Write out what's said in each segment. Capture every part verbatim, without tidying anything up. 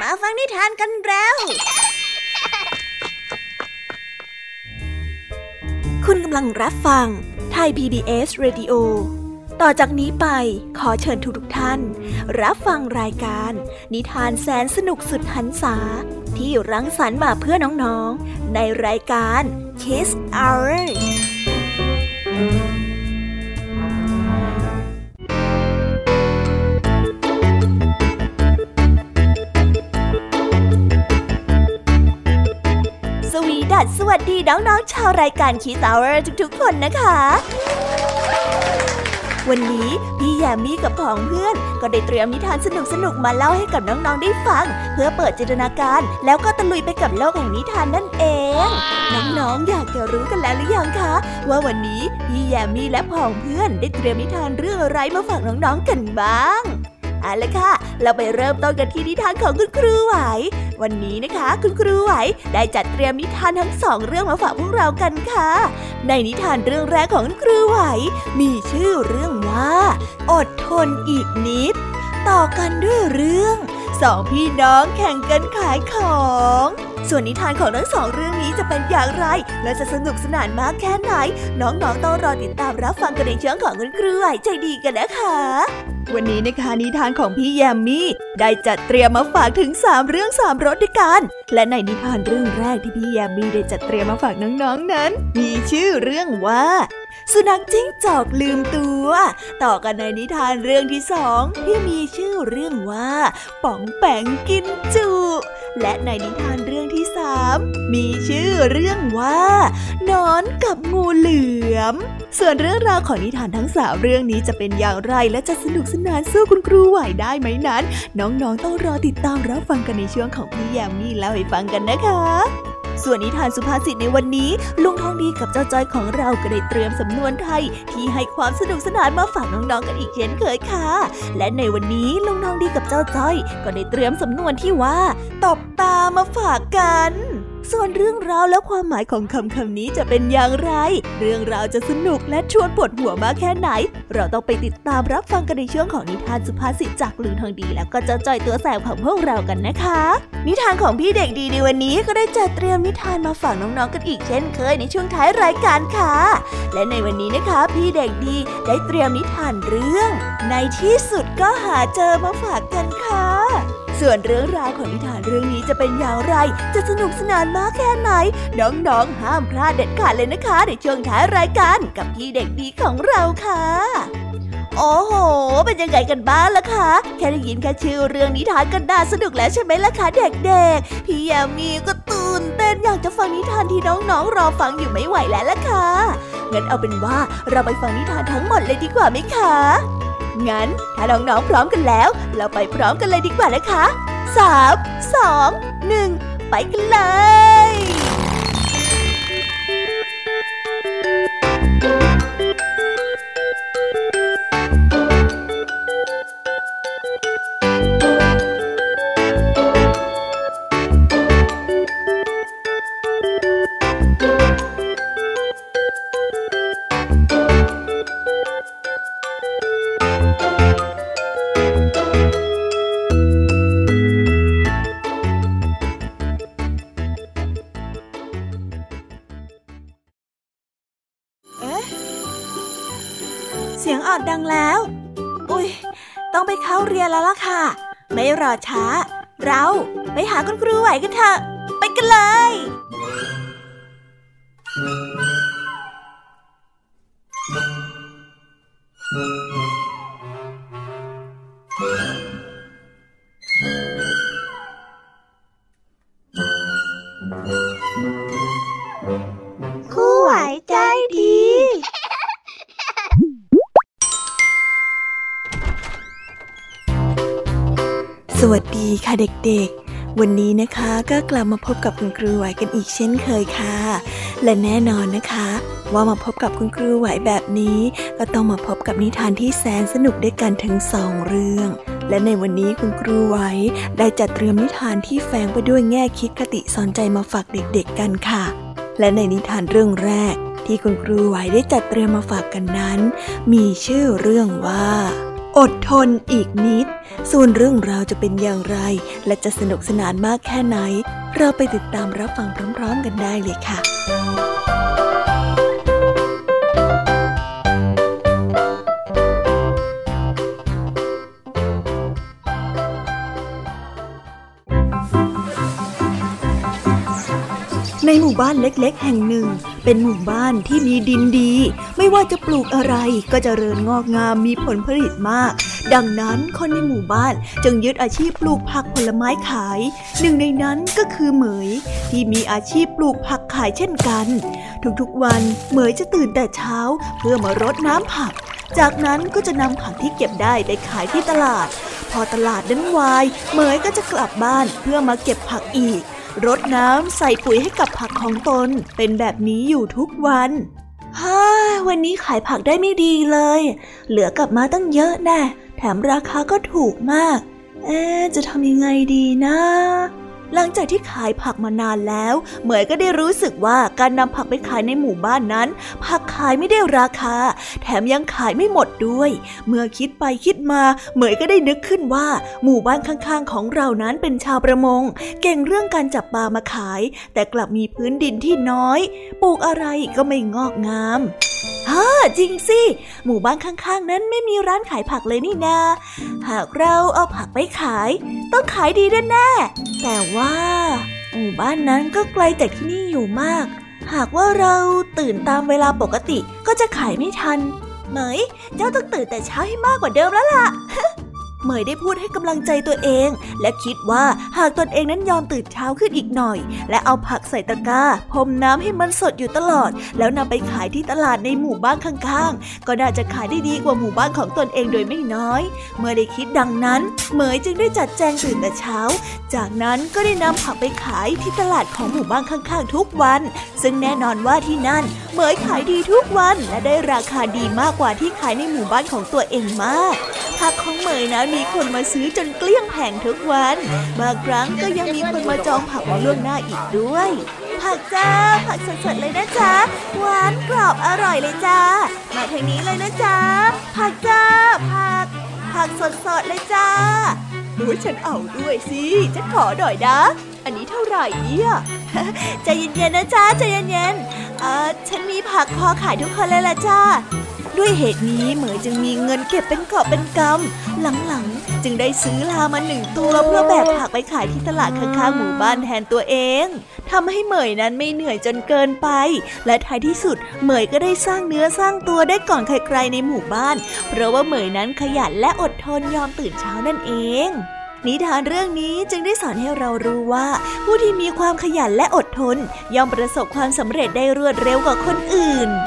มาฟังนิทานกันแล้วคุณกำลังรับฟังไทย พี บี เอส Radio ต่อจากนี้ไปขอเชิญทุกท่านรับฟังรายการนิทานแสนสนุกสุดหรรษาที่รังสรรค์มาเพื่อน้องๆในรายการ Kids Hourสวัสดีน้องๆชาวรายการ Kids Hour ทุกๆคนนะคะวันนี้พี่แยมมี่กับผองเพื่อนก็ได้เตรียมนิทานสนุกๆมาเล่าให้กับน้องๆได้ฟังเพื่อเปิดจินตนาการแล้วก็ตะลุยไปกับโลกแห่งนิทานนั่นเองน้องๆอยากจะรู้กันแล้วหรือยังคะว่าวันนี้พี่แยมมี่และผองเพื่อนได้เตรียมนิทานเรื่องอะไรมาฝากน้องๆกันบ้างเอาล่ะค่ะเราไปเริ่มต้นกันที่นิทานของคุณครูไหววันนี้นะคะคุณครูไหวได้จัดเตรียมนิทานทั้งสองเรื่องมาฝากพวกเรากันค่ะในนิทานเรื่องแรกของคุณครูไหวมีชื่อเรื่องว่าอดทนอีกนิดต่อกันด้วยเรื่องสองพี่น้องแข่งกันขายของส่วนนิทานของทั้งสองเรื่องนี้จะเป็นอย่างไรและจะสนุกสนานมากแค่ไหนน้องๆต้องรอติดตามรับฟังกันในช่วงของคุณครูไหวใจดีกันนะคะวันนี้นะคะนิทานของพี่แยมมี่ได้จัดเตรียมมาฝากถึงสามเรื่องสามรสด้วยกันและในนิทานเรื่องแรกที่พี่แยมมี่ได้จัดเตรียมมาฝากน้องๆนั้นมีชื่อเรื่องว่าสุนัขจิ้งจอกลืมตัวต่อกันในนิทานเรื่องที่สองที่มีชื่อเรื่องว่าป๋องแป๋งกินจุและในนิทานเรื่องที่สามมีชื่อเรื่องว่านอนกับงูเหลือมส่วนเรื่องราวของนิทานทั้งสามเรื่องนี้จะเป็นอย่างไรและจะสนุกสนานสู้คุณครูไหวได้ไหมนั้นน้องๆต้องรอติดตามรับฟังกันในช่วงของพี่แยมมี่เล่าให้ฟังกันนะคะส่วนนิทานสุภาษิตในวันนี้ลุงทองดีกับเจ้าจ้อยของเราก็ได้เตรียมสำนวนไทยที่ให้ความสนุกสนานมาฝากน้องๆกันอีกเช่นเคยค่ะและในวันนี้ลุงทองดีกับเจ้าจ้อยก็ได้เตรียมสำนวนที่ว่าตบตามาฝากกันส่วนเรื่องราวและความหมายของคำคำนี้จะเป็นอย่างไรเรื่องราวจะสนุกและชวนปวดหัวมากแค่ไหนเราต้องไปติดตามรับฟังกันในช่วงของนิทานสุภาษิตจากลุงทองดีแล้วก็เจ้าจ้อยตัวแสบของพวกเรากันนะคะนิทานของพี่เด็กดีในวันนี้ก็ได้จัดเตรียมนิทานมาฝากน้องๆกันอีกเช่นเคยในช่วงท้ายรายการค่ะและในวันนี้นะคะพี่เด็กดีได้เตรียมนิทานเรื่องในที่สุดก็หาเจอมาฝากกันค่ะส่วนเรื่องราวของนิทานเรื่องนี้จะเป็นอย่างไรจะสนุกสนานมากแค่ไหนน้องๆห้ามพลาดเด็ดขาดเลยนะคะในช่วงท้ายรายการกับพี่เด็กดีของเราค่ะโอ้โหเป็นยังไงกันบ้างล่ะคะแค่ได้ยินแค่ชื่อเรื่องนิทานก็น่าสนุกแล้วใช่ไหมล่ะคะเด็กๆพี่แยมมี่ก็ตื่นเต้นอยากจะฟังนิทานที่น้องๆรอฟังอยู่ไม่ไหวแล้วล่ะค่ะงั้นเอาเป็นว่าเราไปฟังนิทานทั้งหมดเลยดีกว่าไหมคะงั้นถ้าน้องๆพร้อมกันแล้วเราไปพร้อมกันเลยดีกว่านะคะสาม สอง หนึ่งไปกันเลยเสียงออดดังแล้วอุ๊ยต้องไปเข้าเรียนแล้วล่ะค่ะไม่รอช้าเราไปหาคุณครูไหวกันเถอะไปกันเลยครูไหวใจดีสวัสดีค่ะเด็กๆวันนี้นะคะก็กลับมาพบกับคุณครูไหวกันอีกเช่นเคยค่ะและแน่นอนนะคะว่ามาพบกับคุณครูไหวแบบนี้ก็ต้องมาพบกับนิทานที่แสนสนุกด้วยกันทั้งสองเรื่องและในวันนี้คุณครูไหวได้จัดเตรียมนิทานที่แฝงไปด้วยแง่คิดคติสอนใจมาฝากเด็กๆกันค่ะและในนิทานเรื่องแรกที่คุณครูไหวได้จัดเตรียมมาฝากกันนั้นมีชื่อเรื่องว่าอดทนอีกนิดส่วนเรื่องราวจะเป็นอย่างไรและจะสนุกสนานมากแค่ไหนเราไปติดตามรับฟังพร้อมๆกันได้เลยค่ะในหมู่บ้านเล็กๆแห่งหนึ่งเป็นหมู่บ้านที่มีดินดีไม่ว่าจะปลูกอะไรก็เจริญงอกงามมีผลผลิตมากดังนั้นคนในหมู่บ้านจึงยึดอาชีพปลูกผักผลไม้ขายหนึ่งในนั้นก็คือเหมยที่มีอาชีพปลูกผักขายเช่นกันทุกๆวันเหมยจะตื่นแต่เช้าเพื่อมารดน้ำผักจากนั้นก็จะนำผักที่เก็บได้ไปขายที่ตลาดพอตลาดนั้นวายเหมยก็จะกลับบ้านเพื่อมาเก็บผักอีกรดน้ำใส่ปุ๋ยให้กับผักของตนเป็นแบบนี้อยู่ทุกวันฮ่าวันนี้ขายผักได้ไม่ดีเลยเหลือกลับมาตั้งเยอะแน่แถมราคาก็ถูกมากเอ๊ะจะทำยังไงดีนะหลังจากที่ขายผักมานานแล้วเหมยก็ได้รู้สึกว่าการนำผักไปขายในหมู่บ้านนั้นผักขายไม่ได้ราคาแถมยังขายไม่หมดด้วยเมื่อคิดไปคิดมาเหมยก็ได้นึกขึ้นว่าหมู่บ้านข้างๆของเรานั้นเป็นชาวประมงเก่งเรื่องการจับปลามาขายแต่กลับมีพื้นดินที่น้อยปลูกอะไรก็ไม่งอกงามฮ่าจริงสิหมู่บ้านข้างๆนั้นไม่มีร้านขายผักเลยนี่นาหากเราเอาผักไปขายต้องขายดีแน่ๆแต่ว่าหมู่บ้านนั้นก็ไกลจากที่นี่อยู่มากหากว่าเราตื่นตามเวลาปกติก็จะขายไม่ทันเหมยเจ้าต้องตื่นแต่เช้าให้มากกว่าเดิมแล้วล่ะ เหมยได้พูดให้กำลังใจตัวเองและคิดว่าหากตนเองนั้นยอมตื่นเช้าขึ้นอีกหน่อยและเอาผักใส่ตะกร้าพรมน้ำให้มันสดอยู่ตลอดแล้วนำไปขายที่ตลาดในหมู่บ้านข้างๆก็น่าจะขายได้ดีกว่าหมู่บ้านของตนเองโดยไม่น้อยเมื่อได้คิดดังนั้นเหมยจึงได้จัดแจงตื่นแต่เช้าจากนั้นก็ได้นำผักไปขายที่ตลาดของหมู่บ้านข้างๆทุกวันซึ่งแน่นอนว่าที่นั่นเหมยขายดีทุกวันและได้ราคาดีมากกว่าที่ขายในหมู่บ้านของตัวเองมากผักของเหมยนะมีคนมาซื้อจนเกลี้ยงแผงทุกวันบางครั้งก็ยังมีคนมาจองผักไว้ล่วงหน้าอีกด้วยผักจ้าผักสดๆเลยนะจ๊ะหวานกรอบอร่อยเลยจ้ามาทางนี้เลยนะจ๊ะผักจ้าผักผักสดๆเลยจ้าด้วยฉันเอาด้วยสิฉันขอหน่อยนะอันนี้เท่าไหร่เนี่ยใจเย็นๆนะจ๊ะใจเย็นๆเอ่อฉันมีผักพอขายทุกคนเลยล่ะจ้าด้วยเหตุนี้เหมยจึงมีเงินเก็บเป็นกอบเป็นกำหลังๆจึงได้ซื้อลามาหนึ่งตัวเพื่อแบกผักไปขายที่ตลาดข้างๆหมู่บ้านแทนตัวเองทำให้เหมยนั้นไม่เหนื่อยจนเกินไปและท้ายที่สุดเหมยก็ได้สร้างเนื้อสร้างตัวได้ก่อนใครๆในหมู่บ้านเพราะว่าเหมยนั้นขยันและอดทนยอมตื่นเช้านั่นเองนิทานเรื่องนี้จึงได้สอนให้เรารู้ว่าผู้ที่มีความขยันและอดทนย่อมประสบความสำเร็จได้รวดเร็วกว่าคนอื่น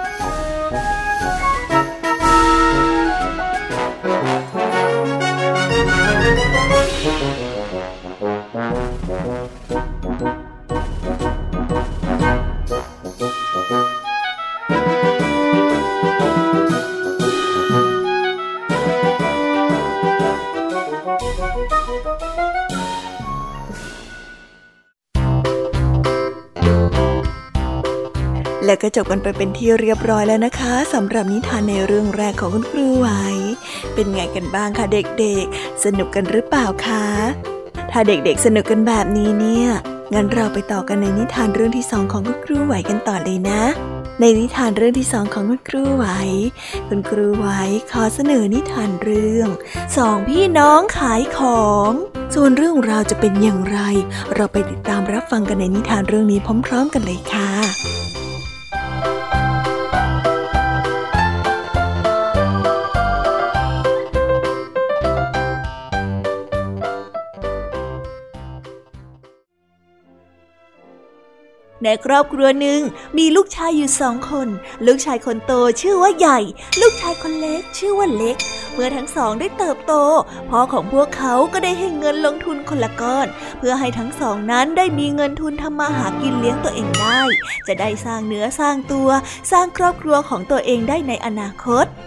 และก็จบกันไปเป็นที่เรียบร้อยแล้วนะคะสำหรับนิทานในเรื่องแรกของคุณครูไหวเป็นไงกันบ้างคะเด็กๆสนุกกันหรือเปล่าคะถ้าเด็กๆสนุกกันแบบนี้เนี่ยงั้นเราไปต่อกันในนิทานเรื่องที่สองของคุณครูไหวกันต่อเลยนะในนิทานเรื่องที่สองของคุณครูไหวคุณครูไหวขอเสนอนิทานเรื่องสองพี่น้องขายของส่วนเรื่องราวจะเป็นอย่างไรเราไปติดตามรับฟังกันในนิทานเรื่องนี้พร้อมๆกันเลยค่ะในครอบครัวหนึ่งมีลูกชายอยู่สองคนลูกชายคนโตชื่อว่าใหญ่ลูกชายคนเล็กชื่อว่าเล็กเมื่อทั้งสองได้เติบโตพ่อของพวกเขาก็ได้ให้เงินลงทุนคนละก้อนเพื่อให้ทั้งสองนั้นได้มีเงินทุนทำมาหากินเลี้ยงตัวเองได้จะได้สร้างเนื้อสร้างตัวสร้างครอบครัวของตัวเองได้ในอนาคต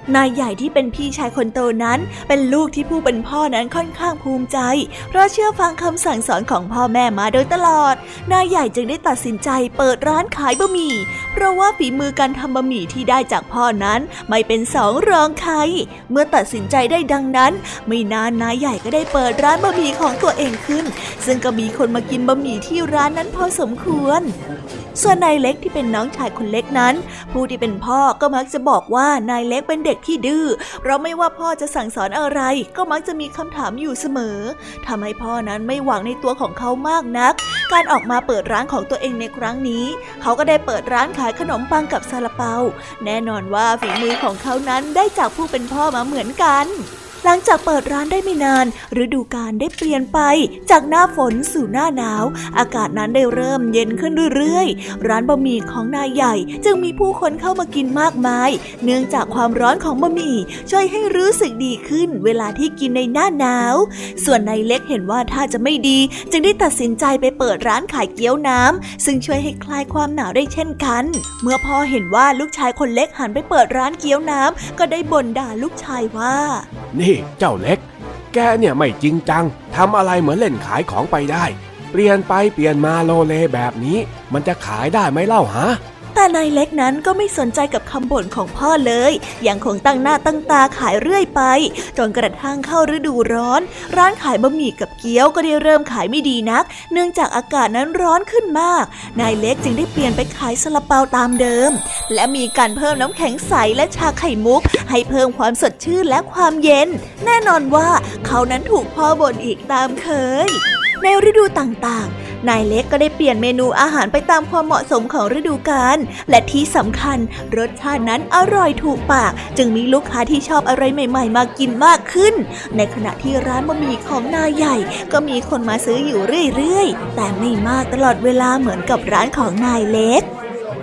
นายใหญ่ที่เป็นพี่ชายคนโตนั้นเป็นลูกที่ผู้เป็นพ่อนั้นค่อนข้างภูมิใจเพราะเชื่อฟังคำสั่งสอนของพ่อแม่มาโดยตลอดนายใหญ่จึงได้ตัดสินใจเปิดร้านขายบะหมี่เพราะว่าฝีมือการทำบะหมี่ที่ได้จากพ่อนั้นไม่เป็นสองรองใครเมื่อตัดสินใจได้ดังนั้นไม่นานนายใหญ่ก็ได้เปิดร้านบะหมี่ของตัวเองขึ้นซึ่งก็มีคนมากินบะหมี่ที่ร้านนั้นพอสมควรส่วนนายเล็กที่เป็นน้องชายคนเล็กนั้นผู้ที่เป็นพ่อก็มักจะบอกว่านายเล็กเป็นเด็กที่ดื้อเพราะไม่ว่าพ่อจะสั่งสอนอะไรก็มักจะมีคำถามอยู่เสมอทำให้พ่อนั้นไม่หวังในตัวของเขามากนักการออกมาเปิดร้านของตัวเองในครั้งนี้เขาก็ได้เปิดร้านขายขนมปังกับซาลาเปาแน่นอนว่าฝีมือของเขานั้นได้จากผู้เป็นพ่อมาเหมือนกันหลังจากเปิดร้านได้ไม่นานฤดูกาลได้เปลี่ยนไปจากหน้าฝนสู่หน้าหนาวอากาศนั้นได้เริ่มเย็นขึ้นเรื่อยๆร้านบะหมี่ของนายใหญ่จึงมีผู้คนเข้ามากินมากมายเนื่องจากความร้อนของบะหมี่ช่วยให้รู้สึกดีขึ้นเวลาที่กินในหน้าหนาวส่วนนายเล็กเห็นว่าถ้าจะไม่ดีจึงได้ตัดสินใจไปเปิดร้านขายเกี๊ยวน้ำซึ่งช่วยให้คลายความหนาวได้เช่นกันเมื่อพ่อเห็นว่าลูกชายคนเล็กหันไปเปิดร้านเกี๊ยวน้ำก็ได้บ่นด่าลูกชายว่านี่เจ้าเล็กแกเนี่ยไม่จริงจังทำอะไรเหมือนเล่นขายของไปได้เปลี่ยนไปเปลี่ยนมาโลเลแบบนี้มันจะขายได้ไหมเล่าฮะแต่นายเล็กนั้นก็ไม่สนใจกับคำบ่นของพ่อเลยยังคงตั้งหน้าตั้งตาขายเรื่อยไปจนกระทั่งเข้าฤดูร้อนร้านขายบะหมี่กับเกี๊ยวก็ได้เริ่มขายไม่ดีนักเนื่องจากอากาศนั้นร้อนขึ้นมากนายเล็กจึงได้เปลี่ยนไปขายซาลาเปาตามเดิมและมีการเพิ่มน้ำแข็งใสและชาไข่มุกให้เพิ่มความสดชื่นและความเย็นแน่นอนว่าเขานั้นถูกพ่อบ่นอีกตามเคยในฤดูต่างๆนายเล็กก็ได้เปลี่ยนเมนูอาหารไปตามความเหมาะสมของฤดูกาลและที่สำคัญรสชาตินั้นอร่อยถูกปากจึงมีลูกค้าที่ชอบอะไรใหม่ๆมากินมากขึ้นในขณะที่ร้านบะหมี่ของนายใหญ่ก็มีคนมาซื้ออยู่เรื่อยๆแต่ไม่มากตลอดเวลาเหมือนกับร้านของนายเล็ก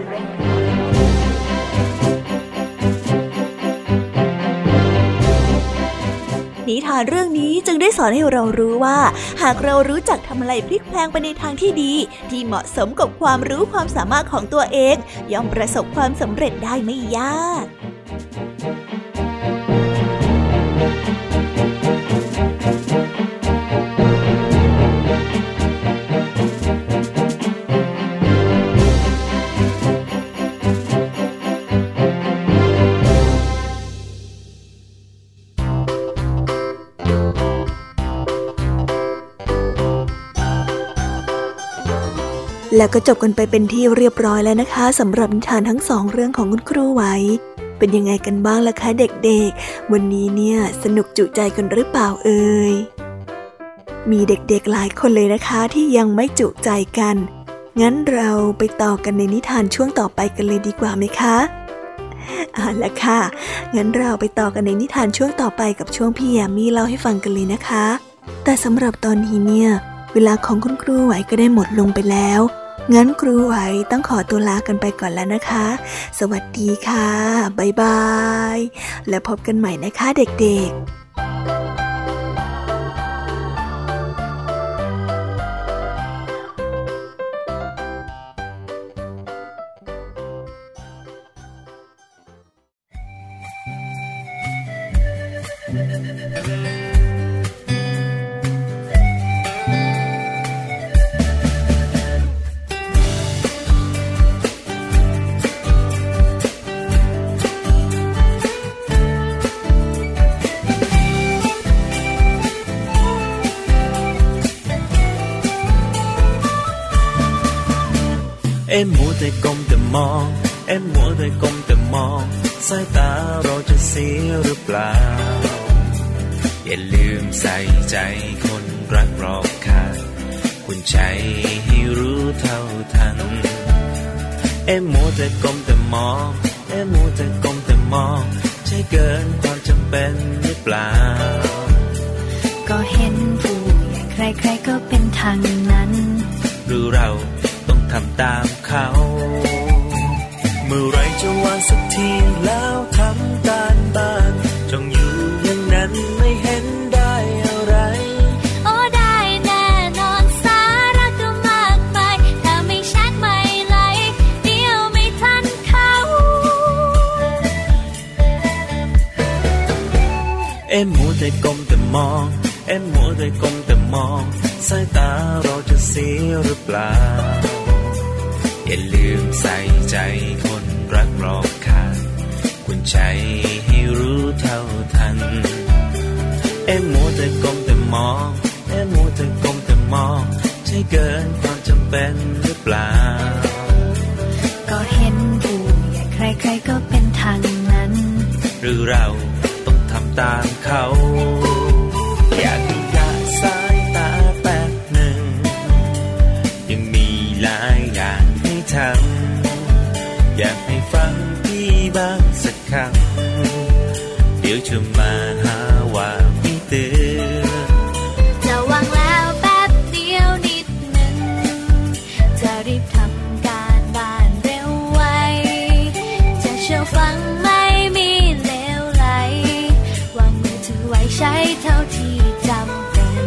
นิทานเรื่องนี้จึงได้สอนให้เรารู้ว่าหากเรารู้จักทำอะไรพลิกแพลงไปในทางที่ดีที่เหมาะสมกับความรู้ความสามารถของตัวเองย่อมประสบความสำเร็จได้ไม่ยากแล้วก็จบกันไปเป็นที่เรียบร้อยแล้วนะคะสำหรับนิทานทั้งสองเรื่องของคุณครูไหวเป็นยังไงกันบ้างล่ะคะเด็กๆวันนี้เนี่ยสนุกจุใจกันหรือเปล่าเอ่ยมีเด็กๆหลายคนเลยนะคะที่ยังไม่จุใจกันงั้นเราไปต่อกันในนิทานช่วงต่อไปกันเลยดีกว่าไหมคะเอาล่ะค่ะงั้นเราไปต่อกันในนิทานช่วงต่อไปกับช่วงพี่ยามีเล่าให้ฟังกันเลยนะคะแต่สำหรับตอนนี้เนี่ยเวลาของคุณครูไหวก็ได้หมดลงไปแล้วงั้นครูไหวต้องขอตัวลากันไปก่อนแล้วนะคะสวัสดีค่ะบ๊ายบายแล้วพบกันใหม่นะคะเด็กๆเอ็มมัวแต่ก้มแต่มองเอ็มมัวแต่ก้มแต่มองสายตาเราจะเสียหรือเปล่าอย่าลืมใส่ใจคนรักรอบข้างคุณใจให้รู้เท่าทันเอ็มมัวแต่ก้มแต่มองเอ็มมัวแต่ก้มแต่มองใช่เกินความจำเป็นหรือเปล่าก็เห็นผู้ใหญ่ใครๆก็เป็นทางนั้นหรือเราทำตามเขาเมื่อไรจะวางสักทีแล้วทำการบ้านจ้องอยู่อย่างนั้นไม่เห็นได้อะไรโอ้ได้แน่นอนสาระก็มากมายถ้าไม่แชทไม่ไลค์เดี๋ยวไม่ทันเขาแต่ก้มแต่มองเอ็มมัวแต่ก้มแต่มองสายตาเราจะเสียหรือเปล่าอย่าลืมใส่ใจคนรักรอบข้างคุณใจให้รู้เท่าทันเอ็มมัวแต่ก้มแต่มองเอ็มมัวแต่ก้มแต่มองใช่เกินความจำเป็นหรือเปล่าก็เห็นผู้ใหญ่ใครๆก็เป็นทางนั้นหรือเราต้องทำตามเขาอยากให้ละสายตาแป๊บหนึ่งยังมีหลายอย่างให้ทำอยากให้ฟังพี่บ้างสักคำเดี๋ยวจะมาหาว่าพี่เตือนจะวางแล้วแป๊บเดียวนิดหนึ่งจะรีบทำการบ้านเร็วไวจะเชื่อฟังไม่มีเลวไหลวางมือถือไว้ใช้เท่าที่จำเป็น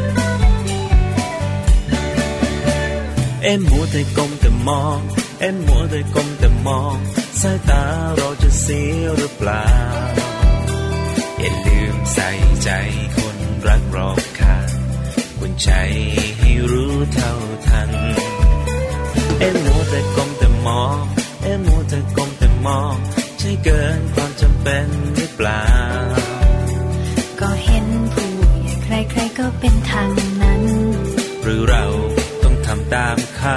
เอ็มมัวแต่ก้มแต่มองเอ็มมัวแต่ก้มแต่มองสายตาเราจะเสียหรือเปล่าอย่าลืมใส่ใจคนรักรอบข้างคุณใจให้รู้เท่าทันเอ็มมัวแต่ก้มแต่มองเอ็มมัวแต่ก้มแต่มองใช่เกินความจำเป็นหรือเปล่าก็เห็นผู้ใหญ่ใครๆก็เป็นทางนั้นหรือเราต้องทำตามเขา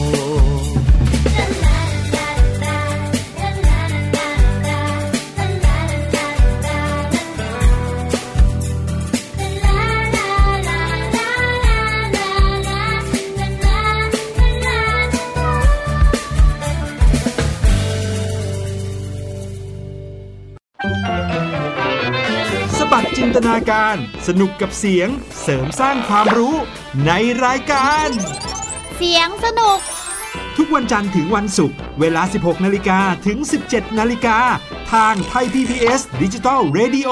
จินตนาการสนุกกับเสียงเสริมสร้างความรู้ในรายการเสียงสนุกทุกวันจันทร์ถึงวันศุกร์เวลา สิบหกนาฬิกา ถึง สิบเจ็ดนาฬิกา ทางไทย พี บี เอส Digital Radio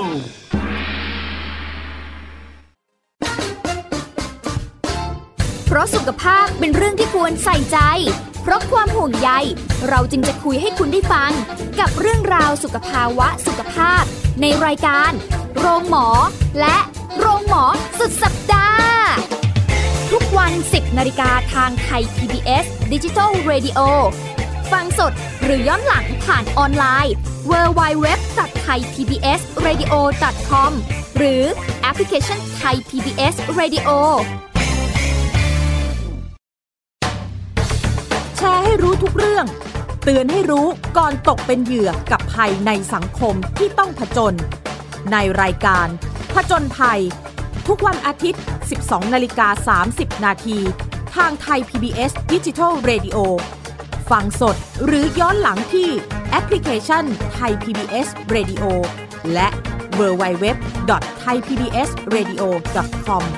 เพราะสุขภาพเป็นเรื่องที่ควรใส่ใจเพราะความห่วงใยเราจึงจะคุยให้คุณได้ฟังกับเรื่องราวสุขภาวะสุขภาพในรายการโรงหมอและโรงหมอสุดสัปดาห์ทุกวัน สิบนาฬิกาทางไทย พี บี เอส Digital Radio ฟังสดหรือย้อนหลังผ่านออนไลน์ ดับเบิลยู ดับเบิลยู ดับเบิลยู ดอท ไทย พี บี เอส เรดิโอ ดอท คอม หรือแอปพลิเคชัน Thai พี บี เอส Radio แชร์ให้รู้ทุกเรื่องเตือนให้รู้ก่อนตกเป็นเหยื่อกับภัยในสังคมที่ต้องผจญในรายการผจญภัยทุกวันอาทิตย์ สิบสองนาฬิกาสามสิบนาทีทางไทย พี บี เอส Digital Radio ฟังสดหรือย้อนหลังที่แอปพลิเคชัน Thai พี บี เอส Radio และ ดับเบิลยู ดับเบิลยู ดับเบิลยู ดอท ไทย พี บี เอส เรดิโอ ดอท คอม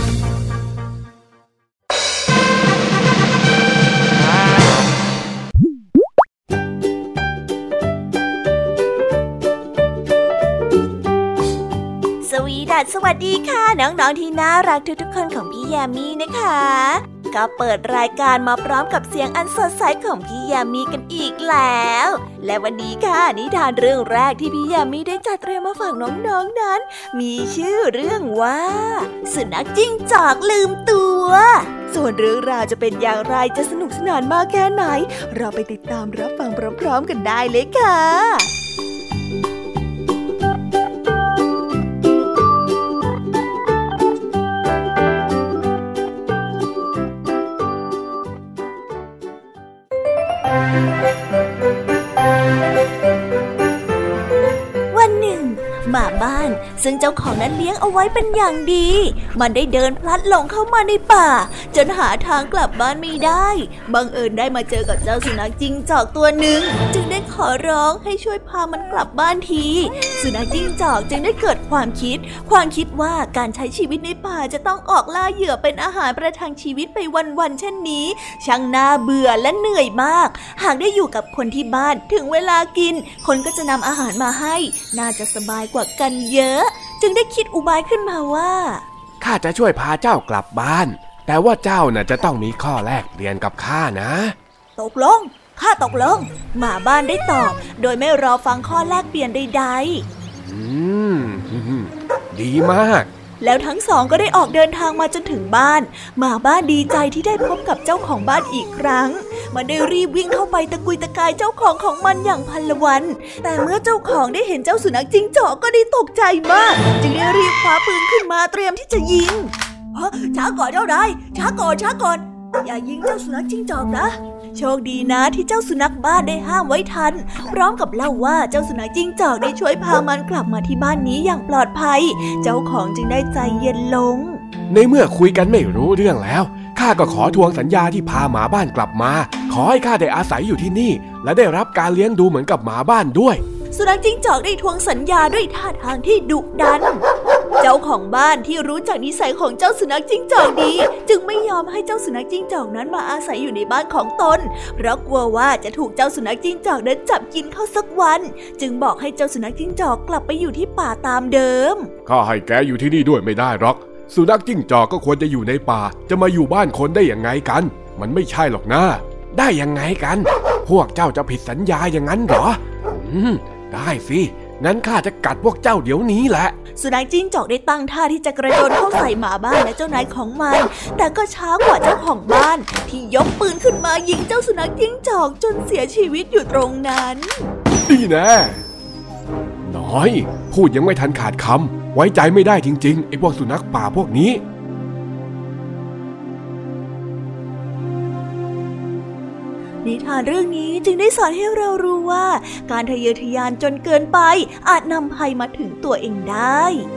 สวัสดีค่ะน้องๆที่น่ารักทุกๆคนของพี่แยมมี่นะคะก็เปิดรายการมาพร้อมกับเสียงอันสดใสของพี่แยมมี่กันอีกแล้วและวันนี้ค่ะนิทานเรื่องแรกที่พี่แยมมี่ได้จัดเตรียมมาฝากน้องๆนั้นมีชื่อเรื่องว่าสุนัขจิ้งจอกลืมตัวส่วนเรื่องราวจะเป็นอย่างไรจะสนุกสนานมากแค่ไหนเราไปติดตามรับฟังพร้อมๆกันได้เลยค่ะหมาบ้านซึ่งเจ้าของนั้นเลี้ยงเอาไว้เป็นอย่างดีมันได้เดินพลัดหลงเข้ามาในป่าจนหาทางกลับบ้านไม่ได้บังเอิญได้มาเจอกับเจ้าสุนัขจิ้งจอกตัวหนึ่งจึงได้ขอร้องให้ช่วยพามันกลับบ้านทีสุนัขจิ้งจอกจึงได้เกิดความคิดความคิดว่าการใช้ชีวิตในป่าจะต้องออกล่าเหยื่อเป็นอาหารประทังชีวิตไปวันๆเช่นนี้ช่างน่าเบื่อและเหนื่อยมากหากได้อยู่กับคนที่บ้านถึงเวลากินคนก็จะนำอาหารมาให้น่าจะสบายกว่ากันเยอะจึงได้คิดอุบายขึ้นมาว่าข้าจะช่วยพาเจ้ากลับบ้านแต่ว่าเจ้าน่ะจะต้องมีข้อแลกเปลี่ยนกับข้านะตกลงข้าตกลงหมาบ้านได้ตอบโดยไม่รอฟังข้อแลกเปลี่ยนใดๆอืมดีมากแล้วทั้งสองก็ได้ออกเดินทางมาจนถึงบ้านหมาบ้านดีใจที่ได้พบกับเจ้าของบ้านอีกครั้งมันได้รีบวิ่งเข้าไปตะกุยตะกายเจ้าของของมันอย่างพลันวันแต่เมื่อเจ้าของได้เห็นเจ้าสุนัขจิ้งจอกก็ได้ตกใจมากจึงได้รีบคว้าปืนขึ้นมาเตรียมที่จะยิงช้าก่อนเจ้านายช้าก่อนช้าก่อนอย่ายิงเจ้าสุนัขจิ้งจอกนะโชคดีนะที่เจ้าสุนัขบ้านได้ห้ามไว้ทันพร้อมกับเล่าว่าเจ้าสุนัขจิ้งจอกได้ช่วยพามันกลับมาที่บ้านนี้อย่างปลอดภัยเจ้าของจึงได้ใจเย็นลงในเมื่อคุยกันไม่รู้เรื่องแล้วข้าก็ขอทวงสัญญาที่พาหมาบ้านกลับมาขอให้ข้าได้อาศัยอยู่ที่นี่และได้รับการเลี้ยงดูเหมือนกับหมาบ้านด้วยสุนัขจิ้งจอกได้ทวงสัญญาด้วยท่าทางที่ดุดันเจ้าของบ้านที่รู้จักนิสัยของเจ้าสุนัขจิ้งจอกดีจึงไม่ยอมให้เจ้าสุนัขจิ้งจอกนั้นมาอาศัยอยู่ในบ้านของตนเพราะกลัวว่าจะถูกเจ้าสุนัขจิ้งจอกนั้นจับกินเข้าสักวันจึงบอกให้เจ้าสุนัขจิ้งจอกกลับไปอยู่ที่ป่าตามเดิมข้าให้แกอยู่ที่นี่ด้วยไม่ได้หรอกสุนัขจิ้งจอกก็ควรจะอยู่ในป่าจะมาอยู่บ้านคนได้ยังไงกันมันไม่ใช่หรอกนะได้ยังไงกันพวกเจ้าจะผิดสัญญาอย่างนั้นเหรออืมได้สิงั้นข้าจะกัดพวกเจ้าเดี๋ยวนี้แหละสุนัขจิ้งจอกได้ตั้งท่าที่จะกระโจนเข้าใส่หมาบ้านและเจ้านายของมันแต่ก็ช้ากว่าเจ้าของบ้านที่ยกปืนขึ้นมายิงเจ้าสุนัขจิ้งจอกจนเสียชีวิตอยู่ตรงนั้นนี่แน่น้อยพูดยังไม่ทันขาดคำไว้ใจไม่ได้จริงๆไอ้พวกสุนัขป่าพวกนี้นิทานเรื่องนี้จึงได้สอนให้เรารู้ว่าการทะเยอทะยานจนเกินไปอาจนำภัยมาถึงตัวเองได้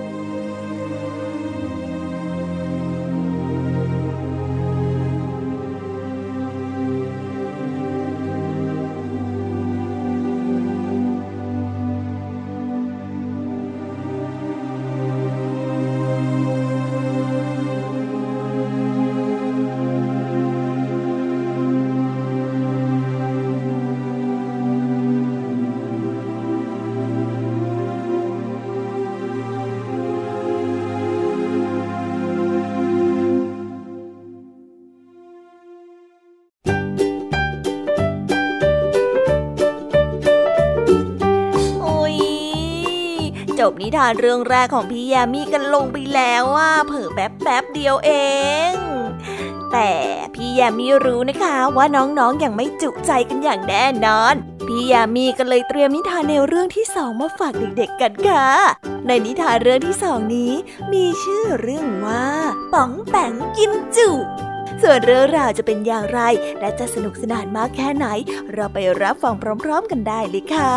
จบนิทานเรื่องแรกของพี่ยามีกันลงไปแล้วว่าเผลอแป๊บแป๊บเดียวเองแต่พี่ยามีรู้นะคะว่าน้องๆยังไม่จุใจกันอย่างแน่นอนพี่ยามีก็เลยเตรียมนิทานแนวเรื่องที่สองมาฝากเด็กๆกันค่ะในนิทานเรื่องที่สองนี้มีชื่อเรื่องว่าป๋องแป๋งกินจุส่วนเรื่องราวจะเป็นอย่างไรและจะสนุกสนานมากแค่ไหนเราไปรับฟังพร้อมๆกันได้เลยค่ะ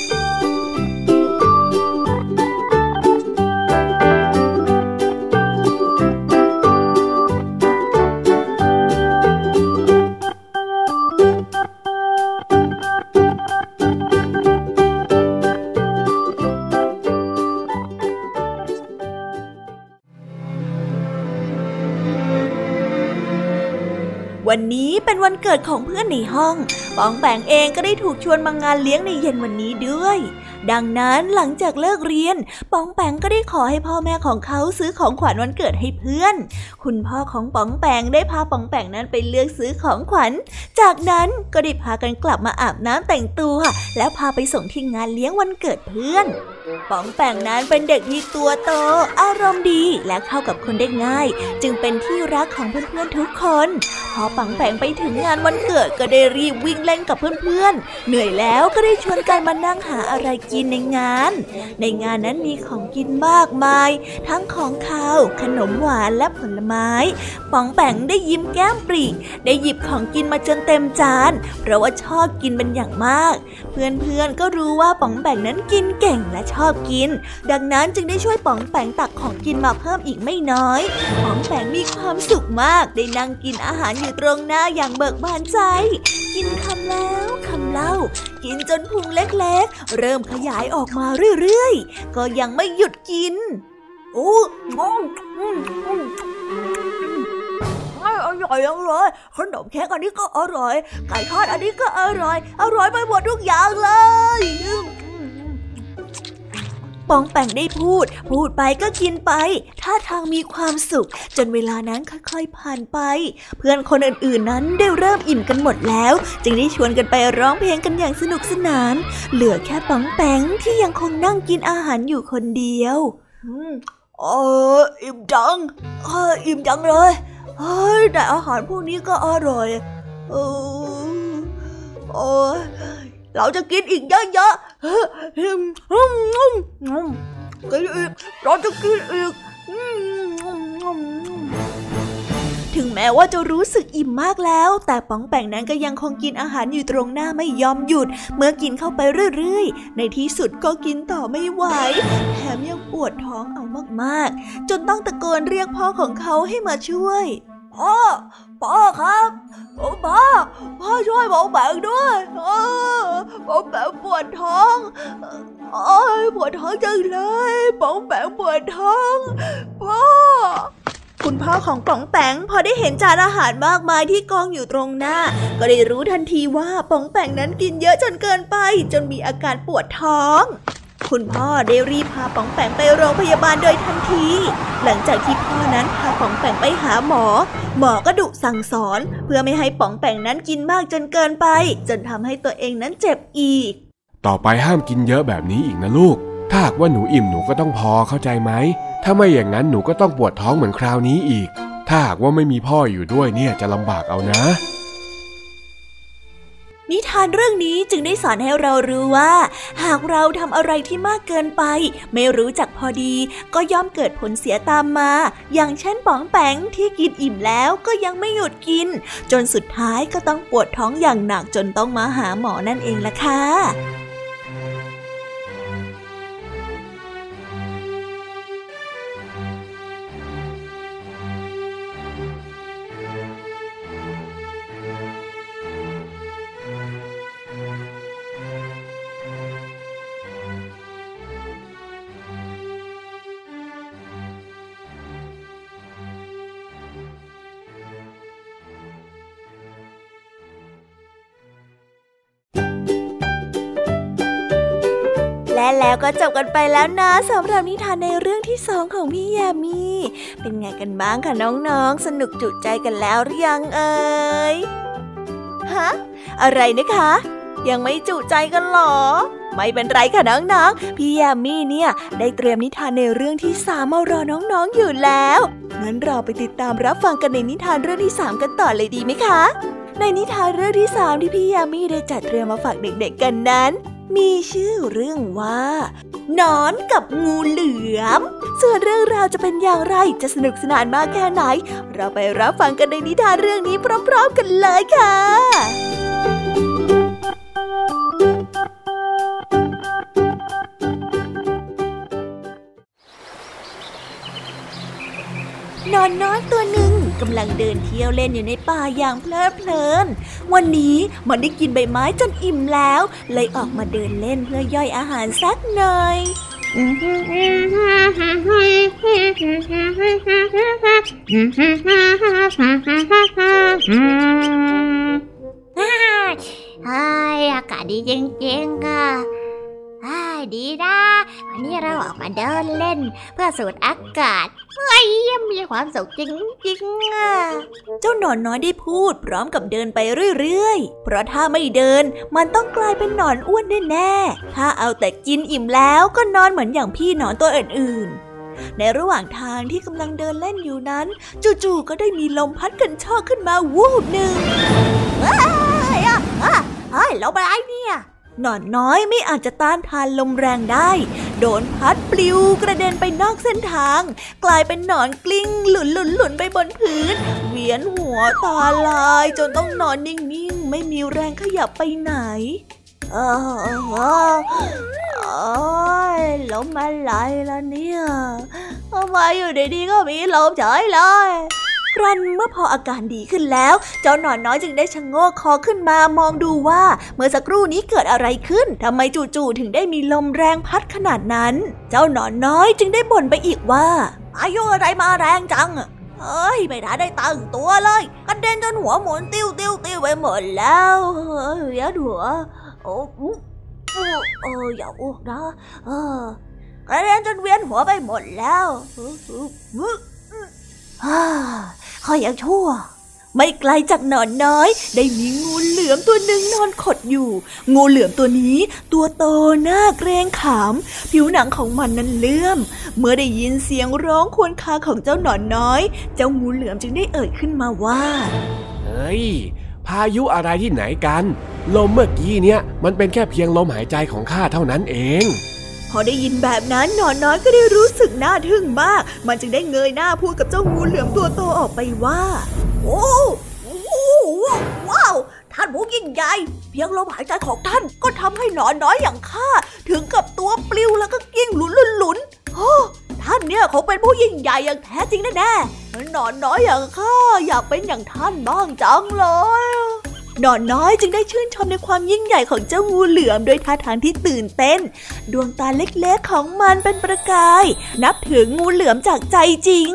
วันนี้เป็นวันเกิดของเพื่อนในห้องป๋องแปงเองก็ได้ถูกชวนมางานเลี้ยงในเย็นวันนี้ด้วยดังนั้นหลังจากเลิกเรียนป๋องแปงก็ได้ขอให้พ่อแม่ของเขาซื้อของขวัญวันเกิดให้เพื่อนคุณพ่อของป๋องแปงได้พาป๋องแปงนั้นไปเลือกซื้อของขวัญจากนั้นก็ได้พากันกลับมาอาบน้ำแต่งตัวแล้วพาไปส่งที่งานเลี้ยงวันเกิดเพื่อนป๋องแปงนั้นเป็นเด็กที่ตัวโตอารมณ์ดีและเข้ากับคนได้ง่ายจึงเป็นที่รักของเพื่อนๆทุกคนพอป๋องแปงไปถึงงานวันเกิดก็ได้รีบวิ่งเล่นกับเพื่อนๆเหนื่อยแล้วก็ได้ชวนกันมานั่งหาอะไรกินในงานในงานนั้นมีของกินมากมายทั้งของคาวขนมหวานและผลไม้ป๋องแปงได้ยิ้มแก้มปรีได้หยิบของกินมาจนเต็มจานเพราะว่าชอบกินเป็นอย่างมากเพื่อนๆก็รู้ว่าป๋องแปงนั้นกินเก่งและชอบกินดังนั้นจึงได้ช่วยป๋องแปงตักของกินมาเพิ่มอีกไม่น้อยป๋องแปงมีความสุขมากได้นั่งกินอาหารอยู่ตรงหน้าอย่างเบิกบานใจกินคำแล้วคำเล่ากินจนพุงเล็กๆเริ่มขยายออกมาเรื่อยๆก็ยังไม่หยุดกินโอ้งงอร่อยอร่อยขนมเค้กอันนี้ก็อร่อยไก่ทอดอันนี้ก็อร่อยอร่อยไปหมดทุกอย่างเลยป๋องแปงได้พูดพูดไปก็กินไปท่าทางมีความสุขจนเวลานั้นค่อยๆผ่านไปเพื่อนคนอื่นๆนั้นได้เริ่มอิ่มกันหมดแล้วจึงได้ชวนกันไปร้องเพลงกันอย่างสนุกสนานเหลือแค่ป๋องแปงที่ยังคงนั่งกินอาหารอยู่คนเดียวเอออิ่มจังเอออิ่มจังเลยเฮ้ยแต่อาหารพวกนี้ก็อร่อยเออโอ้ยเราจะกินอีกเยอะๆกินอีกเราจะกินอีกถึงแม้ว่าจะรู้สึกอิ่มมากแล้วแต่ป๋องแปงนั้นก็ยังคงกินอาหารอยู่ตรงหน้าไม่ยอมหยุดเมื่อกินเข้าไปเรื่อยๆในที่สุดก็กินต่อไม่ไหวแถมยังปวดท้องเอามากๆจนต้องตะโกนเรียกพ่อของเขาให้มาช่วยพ่อพ่อครับพ่อพ่อช่วยป๋องแปงด้วยป๋องแปงปวดท้องโอ้ยปวดท้องจังเลยป๋องแปงปวดท้องพ่อคุณพ่อของป๋องแปงพอได้เห็นจานอาหารมากมายที่กองอยู่ตรงหน้าก็ได้รู้ทันทีว่าป๋องแปงนั้นกินเยอะจนเกินไปจนมีอาการปวดท้องคุณพ่อได้รีบพาป๋องแปงไปโรงพยาบาลโดยทันทีหลังจากที่พ่อนั้นพาป๋องแปงไปหาหมอหมอก็ดุสั่งสอนเพื่อไม่ให้ป๋องแปงนั้นกินมากจนเกินไปจนทำให้ตัวเองนั้นเจ็บอีกต่อไปห้ามกินเยอะแบบนี้อีกนะลูกถ้าหากว่าหนูอิ่มหนูก็ต้องพอเข้าใจไหมถ้าไม่อย่างนั้นหนูก็ต้องปวดท้องเหมือนคราวนี้อีกถ้าหากว่าไม่มีพ่ออยู่ด้วยเนี่ยจะลำบากเอานะนิทานเรื่องนี้จึงได้สอนให้เรารู้ว่าหากเราทำอะไรที่มากเกินไปไม่รู้จักพอดีก็ย่อมเกิดผลเสียตามมาอย่างเช่นป๋องแปงที่กินอิ่มแล้วก็ยังไม่หยุดกินจนสุดท้ายก็ต้องปวดท้องอย่างหนักจนต้องมาหาหมอนั่นเองล่ะค่ะและแล้วก็จบกันไปแล้วนะสำหรับนิทานในเรื่องที่สองของพี่ยามีเป็นไงกันบ้างคะน้องๆสนุกจุใจกันแล้วหรือยังเอ่ยฮะอะไรนะคะยังไม่จุใจกันหรอไม่เป็นไรค่ะน้องๆพี่ยามีเนี่ยได้เตรียมนิทานในเรื่องที่สามมารอน้องๆอยู่แล้วงั้นเราไปติดตามรับฟังกันในนิทานเรื่องที่สามกันต่อเลยดีไหมคะในนิทานเรื่องที่สามที่พี่ยามีได้จัดเตรียมมาฝากเด็กๆกันนั้นมีชื่อเรื่องว่าหนอนกับงูเหลือมส่วนเรื่องราวจะเป็นอย่างไรจะสนุกสนานมากแค่ไหนเราไปรับฟังกันในนิทานเรื่องนี้พร้อมๆกันเลยค่ะนอนน้อยตัวหนึ่งกำลังเดินเที่ยวเล่นอยู่ในป่าอย่างเพลิดเพลินวันนี้มันได้กินใบไม้จนอิ่มแล้วเลยออกมาเดินเล่นเพื่อย่อยอาหารสักหน่อยเฮ้ยอากาศดีจริงๆอ่ะดีนะวันนี้เราออกมาเดินเล่นเพื่อสูดอากาศเฮ้ยมีความสุขจริงๆอ่ะเจ้าหนอนน้อยได้พูดพร้อมกับเดินไปเรื่อยๆเพราะถ้าไม่เดินมันต้องกลายเป็นหนอนอ้วนแน่ๆถ้าเอาแต่กินอิ่มแล้วก็นอนเหมือนอย่างพี่หนอนตัวอื่นๆในระหว่างทางที่กำลังเดินเล่นอยู่นั้นจู่ๆก็ได้มีลมพัดกระชอกขึ้นมาวูบหนึ่งเฮ้ยอ่ะเฮ้ยลมอะไรเนี่ยหนอนน้อยไม่อาจจะต้านทานลมแรงได้โดนพัดปลิวกระเด็นไปนอกเส้นทางกลายเป็นหนอนกลิ้งหลุนหลุนหลุนไปบนพื้นเวียนหัวตาลายจนต้องนอนนิ่งๆไม่มีแรงขยับไปไหนเออโอ้ยลมอะไรล่ะเนี่ยทำไมอยู่ดีๆก็มีลมเฉยเลยครั้นเมื่อพออาการดีขึ้นแล้วเจ้าหนอนน้อยจึงได้ชะโงกคอขึ้นมามองดูว่าเมื่อสักครู่นี้เกิดอะไรขึ้นทำไมจู่ๆถึงได้มีลมแรงพัดขนาดนั้นเจ้าหนอนน้อยจึงได้บ่นไปอีกว่าอายุอะไรมาแรงจังเฮ้ยไม่ได้ได้ตั้งตัวเลยกระเด็นจนหัวหมุนติ้วติ้วติ้วไปหมดแล้วเฮ้ยอย่าหัวโอ้โอ้เอออย่าอ้วกนะเออกระเด็นจนเวียนหัวไปหมดแล้วฮ่าข้ายังชั่วไม่ไกลจากหนอนน้อยได้มีงูเหลืลือมตัวหนึ่งนอนขดอยู่งูเหลือมตัวนี้ตัวโตหน้าเกรงขามผิวหนังของมันนั้นเลื่อมเมื่อได้ยินเสียงร้องครวญครางของเจ้าหนอนน้อยเจ้างูเหลือมจึงได้เอ่ยขึ้นมาว่าเฮ้ยพายุอะไรที่ไหนกันลมเมื่อกี้เนี้ยมันเป็นแค่เพียงลมหายใจของข้าเท่านั้นเองพอได้ยินแบบนั้นหนอนน้อยก็ได้รู้สึกน่าทึ่งมากมันจึงได้เงยหน้าพูดกับเจ้างูเหลือมตัวโตออกไปว่าโอ้ว้าวท่านผู้ยิ่งใหญ่เพียงลมหายใจของท่านก็ทำให้หนอนน้อยอย่างข้าถึงกับตัวปลิวแล้วก็กิ้งหลุนหลุนหลุนโอ้ท่านเนี่ยเขาเป็นผู้ยิ่งใหญ่อย่างแท้จริงแน่ๆหนอนน้อยอย่างข้าอยากเป็นอย่างท่านบ้างจังเลยหนอนน้อยจึงได้ชื่นชมในความยิ่งใหญ่ของเจ้างูเหลือมโดยท่าทางที่ตื่นเต้นดวงตาเล็กๆของมันเป็นประกายนับถืองูเหลือมจากใจจริง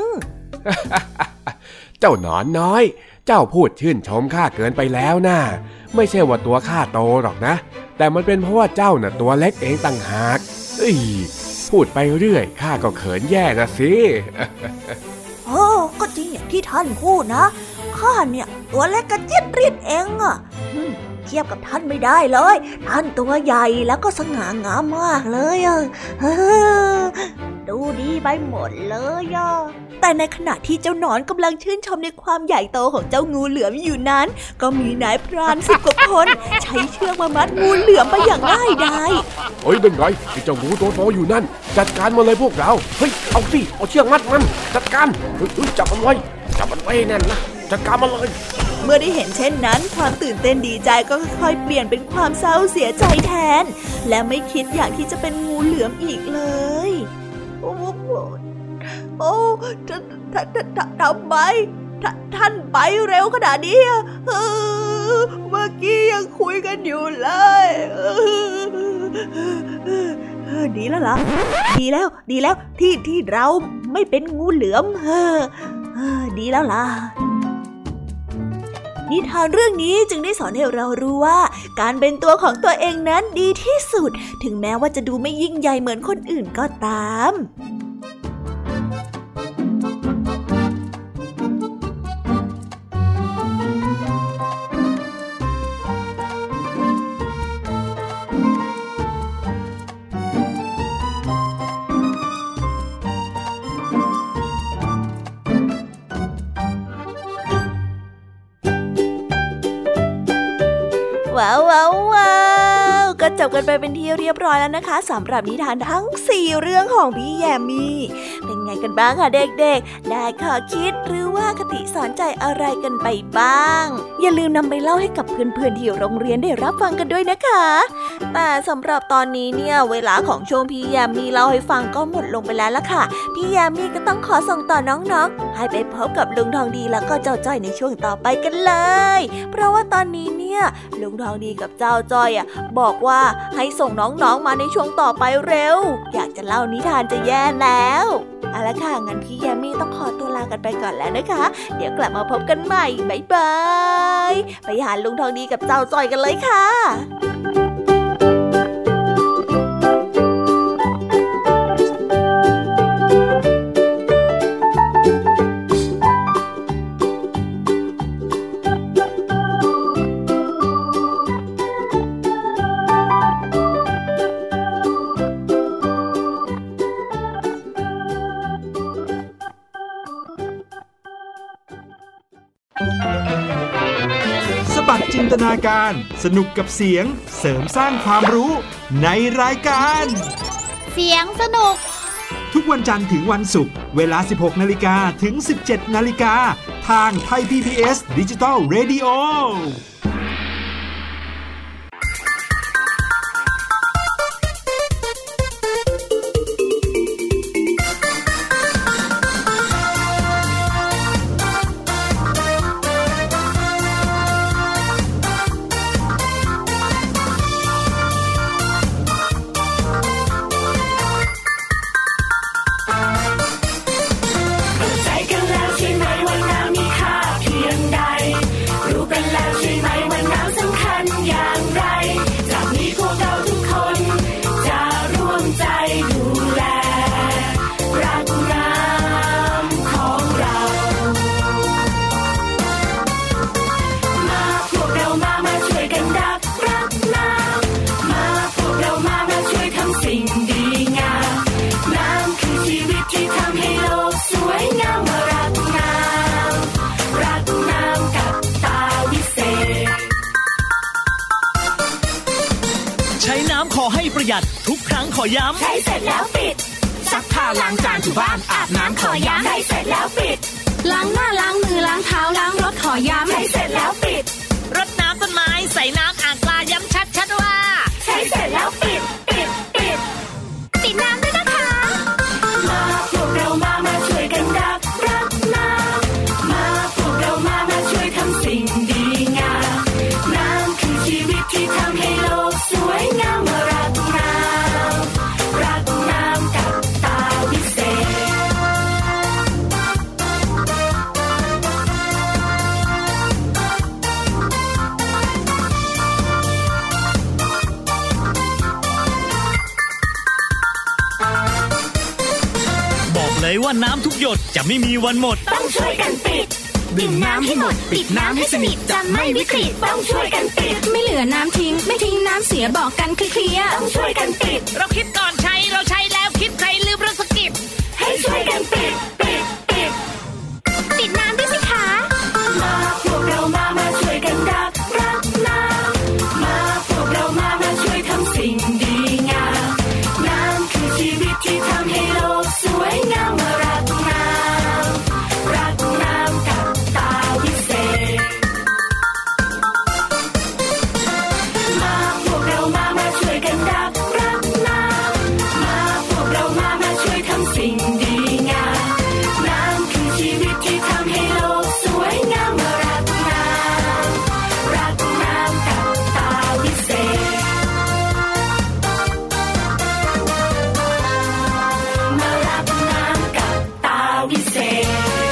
เจ้าหนอนน้อยเจ้าพูดชื่นชมข้าเกินไปแล้วนะไม่ใช่ว่าตัวข้าโตหรอกนะแต่มันเป็นเพราะว่าเจ้าน่ะตัวเล็กเองต่างหากเอ้ยพูดไปเรื่อยข้าก็เขินแย่นะสิโอ้ก็จริงอย่างที่ท่านพูดนะข้าเนี่ยตัวเล็กกระจิ๊ดริดเองอะเทียบกับท่านไม่ได้เลยท่านตัวใหญ่แล้วก็สง่างามมากเลยอะดูดีไปหมดเลยอะแต่ในขณะที่เจ้าหนอนกำลังชื่นชมในความใหญ่โตของเจ้างูเหลือมอยู่นั้นก็มีนายพรานสิบกว่าคนใช้เชือกมามัดงูเหลือมไปอย่างง่ายดายเฮ้ยเป็นไงไอ้เจ้างูตัวโตอยู่นั่นจัดการมาเลยพวกเราเฮ้ยเอาสิเอาเชือกมัดมันจัดการเฮ้ยจับมันไว้จับมันไว้แน่นนะจัดการมันเลยเมื่อได้เห็นเช่นนั้นความตื่นเต้นดีใจก็ค่อยๆเปลี่ยนเป็นความเศร้าเสียใจแทนและไม่คิดอยากที่จะเป็นงูเหลือมอีกเลยโอ้โอ้ท่านท่านทำไมท่านไปเร็วขนาดนี้เมื่อกี้ยังคุยกันอยู่เลยดีแล้วล่ะดีแล้วดีแล้วที่ที่เราไม่เป็นงูเหลือมดีแล้วล่ะนิทานเรื่องนี้จึงได้สอนให้เรารู้ว่าการเป็นตัวของตัวเองนั้นดีที่สุดถึงแม้ว่าจะดูไม่ยิ่งใหญ่เหมือนคนอื่นก็ตามว้าวว้าวว้าวก็จบกันไปเป็นที่เรียบร้อยแล้วนะคะสำหรับนิทานทั้งสี่เรื่องของพี่แยมมี่เป็นไงกันบ้างคะเด็กๆได้ข้อคิดหรือว่าคติสอนใจอะไรกันไปบ้างอย่าลืมนำไปเล่าให้กับเพื่อนๆที่โรงเรียนได้รับฟังกันด้วยนะคะแต่สำหรับตอนนี้เนี่ยเวลาของช่วงพี่แยมมี่เล่าให้ฟังก็หมดลงไปแล้วล่ะค่ะพี่แยมมี่ก็ต้องขอส่งต่อน้องๆให้ไปพบกับลุงทองดีแล้วก็เจ้าจ้อยในช่วงต่อไปกันเลยเพราะว่าตอนนี้เนี่ยลุงทองดีกับเจ้าจ้อยอ่ะบอกว่าให้ส่งน้องๆมาในช่วงต่อไปเร็วอยากจะเล่านิทานจะแย่แล้วเอาละค่ะงั้นพี่แยมมี่ต้องขอตัวลากันไปก่อนแล้วนะคะเดี๋ยวกลับมาพบกันใหม่บ๊ายบายไปหาลุงทองดีกับเจ้าจ้อยกันเลยค่ะจินตนาการสนุกกับเสียงเสริมสร้างความรู้ในรายการเสียงสนุกทุกวันจันทร์ถึงวันศุกร์เวลา สิบหกนาฬิกา ถึง สิบเจ็ดนาฬิกา ทางไทย พี บี เอส Digital Radio รู้กันแล้วใช่ไหมหยัดทุกครั้งขอย้ำใช้เสร็จแล้วปิดซักผ้าล้างจานถูบ้านอาบน้ำขอย้ำใช้เสร็จแล้วปิดล้างหน้าล้างมือล้างเท้าล้างรถขอย้ำใช้เสร็จแล้วปิดรดน้ำต้นไม้ใส่น้ำอ่างปลาย้ำชัดๆว่าใช้เสร็จแล้วปิดปิดปิดปิดน้ำด้วยนะคะมาพวกเรามามาช่วยกันรักรักน้ำมาพวกเรามามาช่วยทำสิ่งดีงามน้ำคือชีวิตที่ทำให้โลกสวยงามมารักน้ำรักน้ำกับตาวิเศษเลยว่าน้ำทุกหยดจะไม่มีวันหมดต้องช่วยกันปิดดื่มน้ำให้หมดปิดน้ำให้สนิทจะไม่วิกฤตต้องช่วยกันปิดไม่เหลือน้ำทิ้งไม่ทิ้งน้ำเสียบอกกันเคลียร์ต้องช่วยกันปิดเราคิดก่อนใช้เราใช้แล้วคิดใครลืมเรื่องสกิปให้ช่วยกันปิดปิดปิดปิดน้ำด้วยสิคะมาพวกเรามามาช่วยกันรักรักน้ำมาพวกเรามามาช่วยทำสิ่งดีงามน้ำคือชีวิตที่ทำให้โลกสวยงามมารักน้ำรักน้ำกับตาวิเศษมาพวกเรามามาช่วยกันรักรักน้ำมาพวกเรามามาช่วยทำสิ่งดีงามน้ำคือชีวิตที่ทำให้โลกสวยงามมารักน้ำรักน้ำกับตาวิเศษมารักน้ำกับตาวิเศษ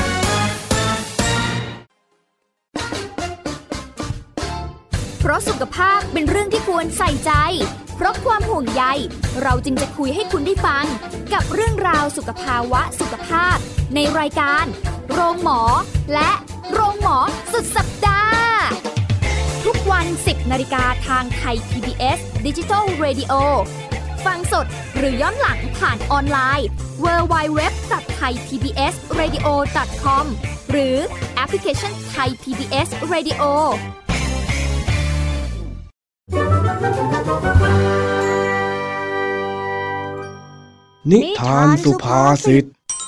เพราะสุขภาพเป็นเรื่องที่ควรใส่ใจเพราะความห่วงใยเราจึงจะคุยให้คุณได้ฟังกับเรื่องราวสุขภาวะสุขภาพในรายการโรงหมอและโรงหมอสุดสัปดาห์ทุกวัน สิบนาฬิกาทางไทย พี บี เอส Digital Radio ฟังสดหรือย้อนหลังผ่านออนไลน์ ดับเบิลยู ดับเบิลยู ดับเบิลยู ดอท ไทยพีบีเอสเรดิโอ ดอท คอม หรือแอปพลิเคชัน Thai พี บี เอส Radio นิทานสุภาษิต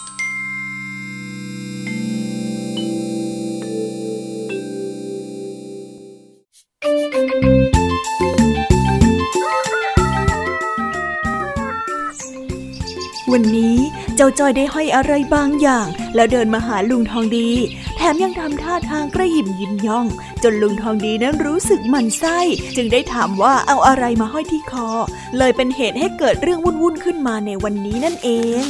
วันนี้เจ้าจ้อยได้ห้อยอะไรบางอย่างแล้วเดินมาหาลุงทองดีแถมยังทำท่าทางกระหยิ่มยิ้มย่องจนลุงทองดีนั้นรู้สึกหมั่นไส้จึงได้ถามว่าเอาอะไรมาห้อยที่คอเลยเป็นเหตุให้เกิดเรื่องวุ่นๆขึ้นมาในวันนี้นั่นเอง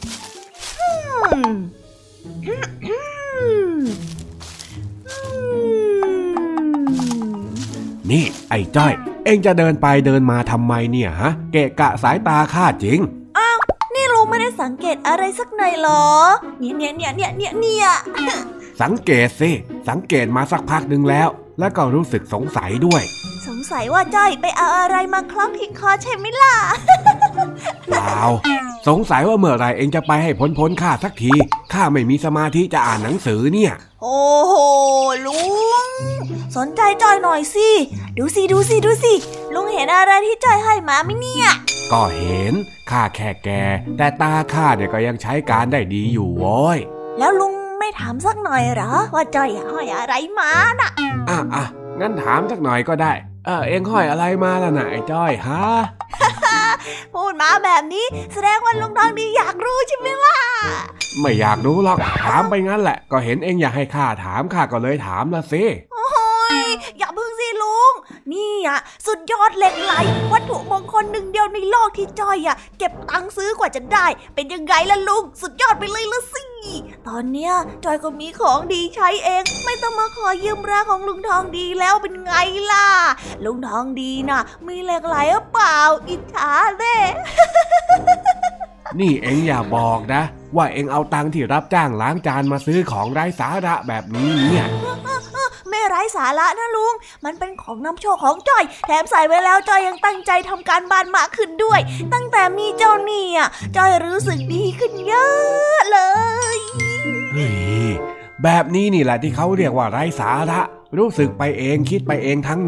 นี่ไอ้จ้อยเอ็งจะเดินไปเดินมาทำไมเนี่ยฮะเกะกะสายตาข้าจริงลุงไม่ได้สังเกตอะไรสักหน่อยหรอเนี่ยเนี่ยเนี่ยเนี่ยเนี่ยเนี่ยสังเกตสิสังเกตมาสักพักหนึ่งแล้วแล้วก็รู้สึกสงสัยด้วยสงสัยว่าจ้อยไปเอาอะไรมาคล้องที่คอใช่ไหมล่ะเปล่าสงสัยว่าเมื่อไรเองจะไปให้พ้นพ้นข้าสักทีข้าไม่มีสมาธิจะอ่านหนังสือเนี่ยโอ้โหลุงสนใจจ้อยหน่อยสิดูสิดูสิดูสิลุงเห็นอะไรที่จ้อยให้มาไหมเนี่ยก็เห็นข้าแค่แก่แต่ตาข้าเนี่ยก็ยังใช้การได้ดีอยู่โว้ยแล้วลุงไม่ถามสักหน่อยเหรอว่าจ้อยห้อยอะไรมาน่ะอ่ะอ่ะงั้นถามสักหน่อยก็ได้เออเอ็งห้อยอะไรมาล่ะน่ะไอ้จ้อยฮะพูดมาแบบนี้แสดงว่าลุงทองดีอยากรู้ใช่ไหมล่ะไม่อยากรู้หรอกถามไปงั้นแหละก็เห็นเอ็งอยากให้ข้าถามข้าก็เลยถามละสิโอ้ยอย่าพึ่งสิลุงนี่อ่ะสุดยอดเหล็กไหลวัตถุมงคลหนึ่งเดียวในโลกที่จ้อยอ่ะเก็บตังค์ซื้อกว่าจะได้เป็นยังไงล่ะลุงสุดยอดไปเลยละสิตอนเนี้ยจ้อยก็มีของดีใช้เองไม่ต้องมาขอยืมร่างของลุงทองดีแล้วเป็นไงล่ะลุงทองดีน่ะมีเหล็กไหลหรือเปล่าอิจฉาเด้นี่เอ็งอย่าบอกนะว่าเอ็งเอาตังค์ที่รับจ้างล้างจานมาซื้อของไร้สาระแบบนี้เนี่ยไม่ไร้สาระนะลุงมันเป็นของนำโชคของจ้อยแถมใส่ไว้แล้วจ้อยยังตั้งใจทำการบ้านมากขึ้นด้วยตั้งแต่มีเจ้านี่อ่ะจ้อยรู้สึกดีขึ้นเยอะเลยเฮ้ยแบบนี้นี่แหละที่เขาเรียกว่าไร้สาระรู้สึกไปเองคิดไปเองทั้งนั้น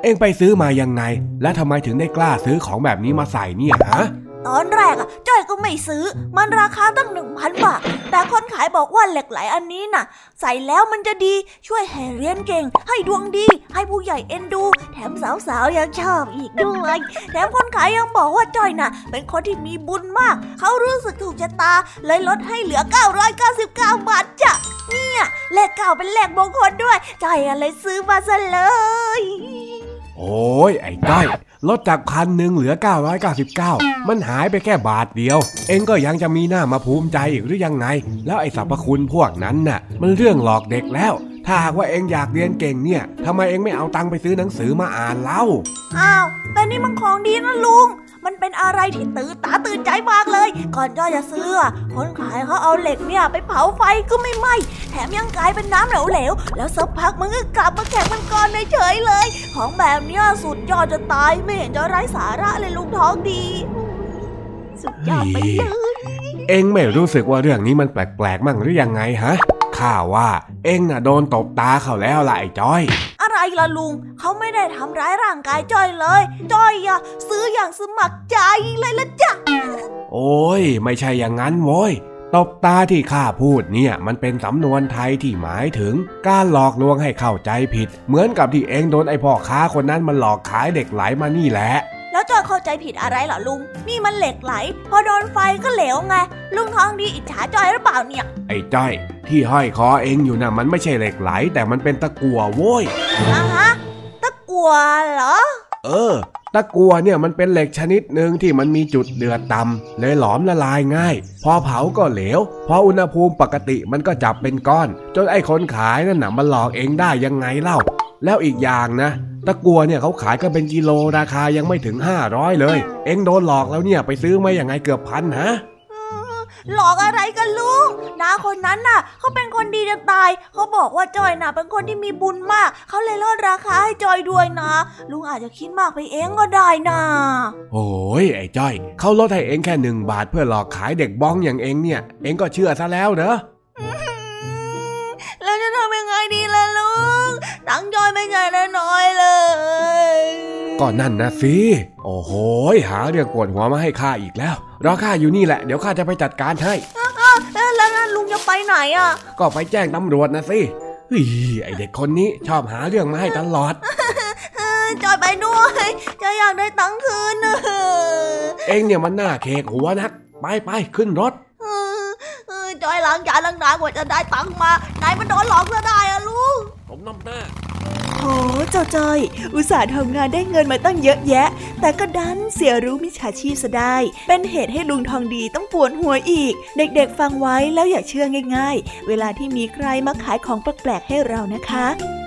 เอ็งไปซื้อมายังไงและทำไมถึงได้กล้าซื้อของแบบนี้มาใส่เนี่ยฮะตอนแรกอ่ะจ้อยก็ไม่ซื้อมันราคาตั้ง หนึ่งพัน บาทแต่คนขายบอกว่าเหล็กไหลอันนี้น่ะใส่แล้วมันจะดีช่วยให้เรียนเก่งให้ดวงดีให้ผู้ใหญ่เอ็นดูแถมสาวๆยังชอบอีกด้วยแถมคนขายยังบอกว่าจ้อยน่ะเป็นคนที่มีบุญมากเขารู้สึกถูกชะตาเลยลดให้เหลือเก้าร้อยเก้าสิบเก้าบาทจ้ะเนี่ยเลขเก้าเป็นเลขมงคลด้วยจ้อยอะไรซื้อมาซะเลยโอ้ยไอ้จ้อยลดจากพันหนึ่งเหลือเก้าร้อยเก้าสิบเก้ามันหายไปแค่บาทเดียวเอ็งก็ยังจะมีหน้ามาภูมิใจอีกหรือยังไงแล้วไอ้สรรพคุณพวกนั้นน่ะมันเรื่องหลอกเด็กแล้วถ้าหากว่าเอ็งอยากเรียนเก่งเนี่ยทำไมเอ็งไม่เอาตังค์ไปซื้อหนังสือมาอ่านเล่าอ้าวแต่นี่มันของดีนะลุงมันเป็นอะไรที่ตื่นตาตื่นใจมากเลยก่อนจ้อยจะซื้อคนขายเขาเอาเหล็กเนี่ยไปเผาไฟก็ไม่ไหม้แถมยังกลายเป็นน้ำเหลวๆแล้วสักพักมันก็กลับมาแข็งเป็นก้อนเฉยๆเลยของแบบเนี้ยสุดยอดจะตายไม่เห็นจะไร้สาระเลยลุงท้องดีสุดยอดไปเลยเอ็งไม่รู้สึกว่าเรื่องนี้มันแปลกๆมั่งหรือยังไงฮะข้าว่าเอ็งน่ะโดนตบตาเขาแล้วล่ะไอ้จ้อยอะไรล่ะลุงเขาไม่ได้ทำร้ายร่างกายจ้อยเลยจ้อยอะซื้ออย่างสมัครใจเลยละจ้ะโอ้ยไม่ใช่อย่างนั้นโว้ยตบตาที่ข้าพูดเนี่ยมันเป็นสำนวนไทยที่หมายถึงการหลอกลวงให้เข้าใจผิดเหมือนกับที่เอ็งโดนไอ้พ่อค้าคนนั้นมันหลอกขายเด็กไหลมานี่แหละแล้วจ้อยเข้าใจผิดอะไรเหรอลุงนี่มันเหล็กไหลพอโดนไฟก็เหลวไงลุงท้องดีอิจฉาจ้อยหรือเปล่าเนี่ยไอ้จ้อยที่ห้อยคอเอ็งอยู่น่ะมันไม่ใช่เหล็กไหลแต่มันเป็นตะกั่วโว้ยอ่ะฮะตะกั่วเหรอเออตะกั่วเนี่ยมันเป็นเหล็กชนิดหนึ่งที่มันมีจุดเดือดต่ำเลยหลอมละลายง่ายพอเผาก็เหลวพออุณหภูมิปกติมันก็จับเป็นก้อนจนไอ้คนขายนั่นน่ะมันหลอกเองได้ยังไงเล่าแล้วอีกอย่างนะตะกั่วเนี่ยเขาขายก็เป็นกิโลราคายังไม่ถึงห้าร้อยเลยเอ็งโดนหลอกแล้วเนี่ยไปซื้อมาอย่างไงเกือบพันฮะหลอกอะไรกันลุงน้าคนนั้นน่ะเขาเป็นคนดีจะตายเขาบอกว่าจอยน่ะเป็นคนที่มีบุญมากเขาเลยลดราคาให้จอยด้วยนะลุงอาจจะคิดมากไปเองก็ได้นะโอ้ยไอ้จ้อยเขาลดให้เองแค่หนึ่งบาทเพื่อหลอกขายเด็กบ้องอย่างเองเนี่ยเองก็เชื่อซะแล้วเนอะแล้วจะทำยังไงดีล่ะลุงตังจอยไม่ใช่น้อยเลยก็นั่นนะสิโอ้โหหาเรื่องปวดหัวมาให้ข้าอีกแล้วรอข้าอยู่นี่แหละเดี๋ยวข้าจะไปจัดการให้แล้วนั่นลุงจะไปไหนอ่ะก็ไปแจ้งตำรวจนะสิเฮ้ยไอเด็กคนนี้ชอบหาเรื่องมาให้ตลอดจอยไปด้วยจอยอยากได้ตังค์คืนเอ็งเนี่ยมันหน้าเคกหัวนักไปไปขึ้นรถจอยล้างจานล้างน้ำกว่าจะได้ตังค์มาไหนมันโดนหลอกซะได้อะลุงผมน้ำหน้าโอ้เจ้าจ้อยอุตส่าห์ทำงานได้เงินมาตั้งเยอะแยะแต่ก็ดันเสียรู้มิจฉาชีพซะได้เป็นเหตุให้ลุงทองดีต้องปวดหัวอีกเด็กๆฟังไว้แล้วอย่าเชื่อง่ายๆเวลาที่มีใครมาขายของแปลกๆให้เรานะคะ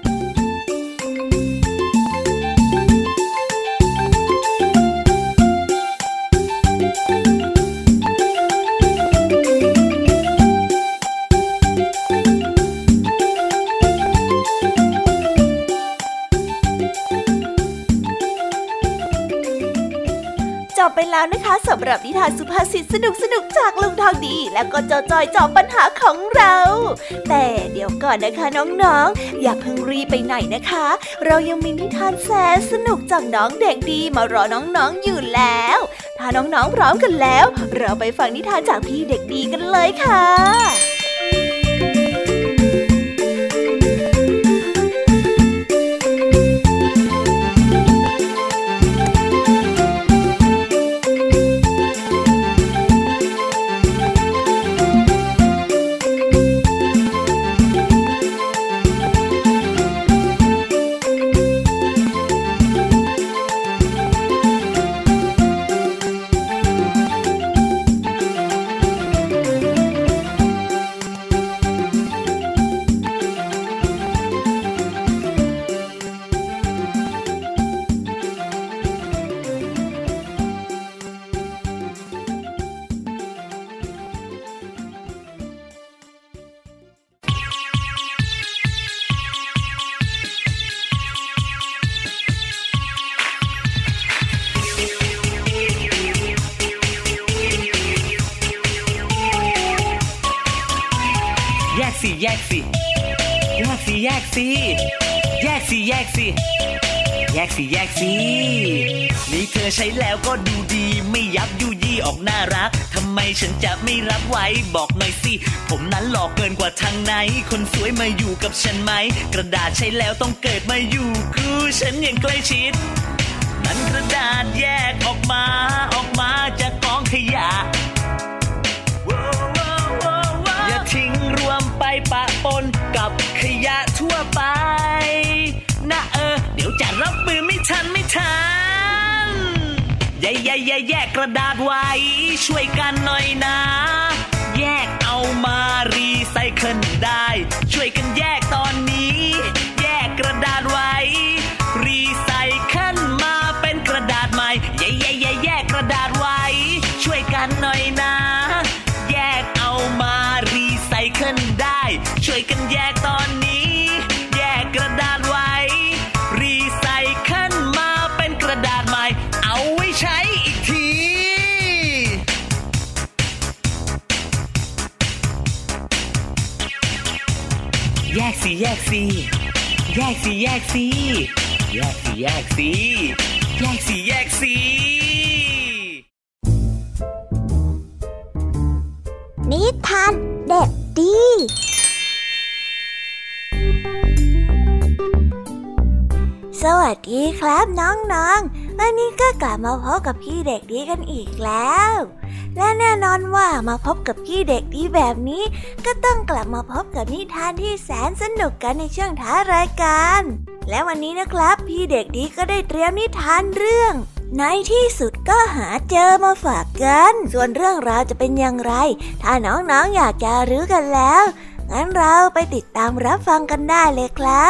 ไปแล้วนะคะสำหรับนิทานสุภาษิตสนุกสนุกจากลุงทองดีแล้วก็เจ้าจอยจอบปัญหาของเราแต่เดี๋ยวก่อนนะคะน้องๆอย่าเพิ่งรีบไปไหนนะคะเรายังมีนิทานแสนสนุกจากน้องเด็กดีมารอน้องๆอยู่แล้วถ้าน้องๆพร้อมกันแล้วเราไปฟังนิทานจากพี่เด็กดีกันเลยค่ะแยกสิแยกสิแยกสิแยกสิแยกสิแยกสิแแยกสิแยกสินี่เธอใช้แล้วก็ดูดีไม่ยับยุยี่ออกน่ารักทำไมฉันจะไม่รับไว้บอกหน่อยสิผมนั้นหลอกเกินกว่าทางไหนคนสวยมาอยู่กับฉันไหมกระดาษใช้แล้วต้องเกิดมาอยู่คู่ฉันอย่างใกล้ชิดนั้นกระดาษแยกออกมาออกมาจากกองขยะอย่าทิ้งรวมไปปะปนกับขยะทั่วไปนะเออเดี๋ยวจะรับมือไม่ทันไม่ทันแย่แย่แย่แยกกระดาษไว้ช่วยกันหน่อยนะแยกเอามารีไซเคิลได้ช่วยกันแยกตอนนี้แยกกระดาษไว้รีไซเคิลมาเป็นกระดาษใหม่แย่แย่แย่แยกกระดาษไว้ช่วยกันหน่อยนะแยกเอามารีไซเคิลได้ช่วยกันแยกตอนนี้แยกกระดาษไว้รีไซเคิลมาเป็นกระดาษใหม่เอาไว้ใช้อีกทีแยกสิแยกสิแยกสิแยกสิแยกสิแยกสิแยกสิแยกสินิทานเด็กดีสวัสดีครับน้องๆวันนี้ก็กลับมาพบกับพี่เด็กดีกันอีกแล้วและแน่นอนว่ามาพบกับพี่เด็กดีแบบนี้ก็ต้องกลับมาพบกับนิทานที่แสนสนุกกันในช่วงท้ายรายการและวันนี้นะครับพี่เด็กดีก็ได้เตรียมนิทานเรื่องในที่สุดก็หาเจอมาฝากกันส่วนเรื่องราวจะเป็นอย่างไรถ้าน้องๆ อ, อยากจะรู้กันแล้วงั้นเราไปติดตามรับฟังกันได้เลยครับ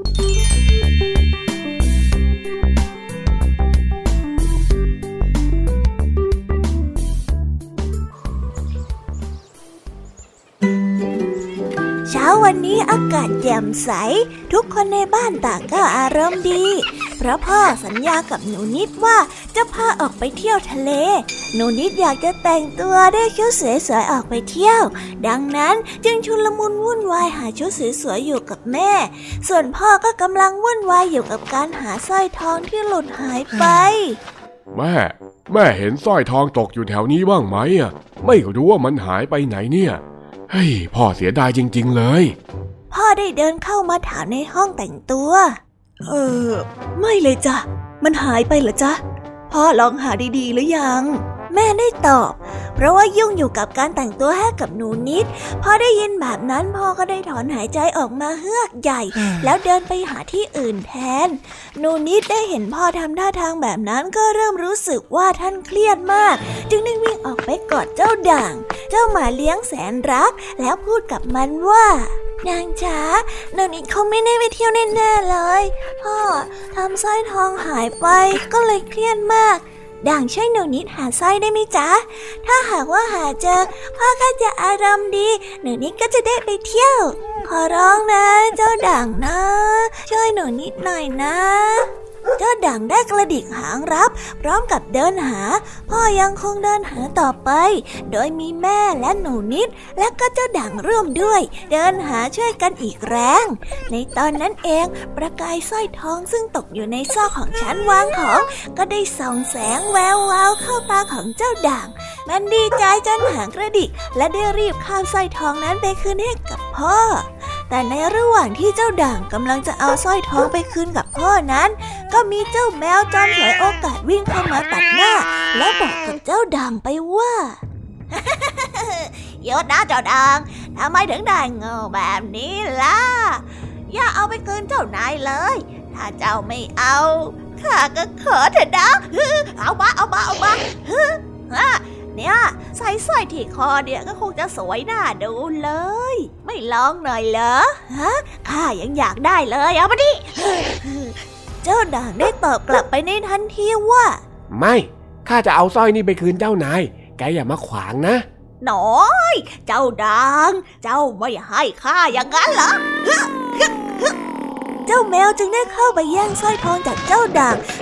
เช้าวันนี้อากาศแจ่มใสทุกคนในบ้านต่างก็อารมณ์ดีเพราะพ่อสัญญากับหนูนิดว่าจะพาออกไปเที่ยวทะเลหนูนิดอยากจะแต่งตัวได้ชุดสวยๆออกไปเที่ยวดังนั้นจึงชุลมุนวุ่นวายหาชุดสวยๆอยู่กับแม่ส่วนพ่อก็กำลังวุ่นวายอยู่กับการหาสร้อยทองที่หลุดหายไปแม่แม่เห็นสร้อยทองตกอยู่แถวนี้บ้างไหมอ่ะไม่รู้ว่ามันหายไปไหนเนี่ยเฮ้ยพ่อเสียดายจริงๆเลยพ่อได้เดินเข้ามาถามในห้องแต่งตัวเออไม่เลยจ้ะมันหายไปเหรอจ๊ะพ่อลองหาดีๆหรือยังแม่ได้ตอบเพราะว่ายุ่งอยู่กับการแต่งตัวให้กับหนูนิดพอได้ยินแบบนั้นพ่อก็ได้ถอนหายใจออกมาเฮือกใหญ่ แล้วเดินไปหาที่อื่นแทนหนูนิดได้เห็นพ่อทำท่าทางแบบนั้นก็เริ่มรู้สึกว่าท่านเครียดมากจึงได้วิ่งออกไปกอดเจ้าด่างเจ้าหมาเลี้ยงแสนรักแล้วพูดกับมันว่านางจ๋าหนูนิดเขาไม่ได้ไปเที่ยวแน่ๆเลยพ่อทำสร้อยทองหายไปก็เลยเครียดมากด่างช่วยหนูนิดหาสร้อยได้ไหมจ๊ะถ้าหากว่าหาเจอพ่อก็จะอารมณ์ดีหนูนิดก็จะได้ไปเที่ยวขอร้องนะเจ้าด่างนะช่วยหนูนิดหน่อยนะเจ้าด่างได้กระดิกหางรับพร้อมกับเดินหาพ่อยังคงเดินหาต่อไปโดยมีแม่และหนูนิดและก็เจ้าด่างร่วมด้วยเดินหาช่วยกันอีกแรงในตอนนั้นเองประกายสร้อยทองซึ่งตกอยู่ในซอกของชั้นวางของก็ได้ส่องแสงแวววาวเข้าตาของเจ้าด่างมันดีใจจนหางกระดิกและได้รีบคาบสร้อยทองนั้นไปคืนให้กับพ่อแต่ในระหว่างที่เจ้าด่างกำลังจะเอาสร้อยทองไปคืนกับพ่อนั้นก็มีเจ้าแมวจอมฉวยโอกาสวิ่งเข้ามาตัดหน้าและบอกกับเจ้าด่างไปว่า หยุดนะเจ้าด่างทำไมถึงได้เงาแบบนี้ล่ะอย่าเอาไปคืนเจ้านายเลยถ้าเจ้าไม่เอาข้าก็ขอเถอะนะเอามาเอามาเอามาเนี่ยใส่สร้อยที่คอเนี่ยก็คงจะสวยน่าดูเลยไม่ลองหน่อยเหรอฮะข้ายังอยากได้เลยเอามาดิเจ้าด่างได้ตอบกลับไปในทันทีว่าไม่ข้าจะเอาสร้อยนี่ไปคืนเจ้านายแกอย่ามาขวางนะหน่อยเจ้าด่างเจ้าไม่ให้ข้าอย่างนั้นเหรอเจ้าแมวจึงได้เข้าไปแย่งสร้อยทองจากเจ้าด่าง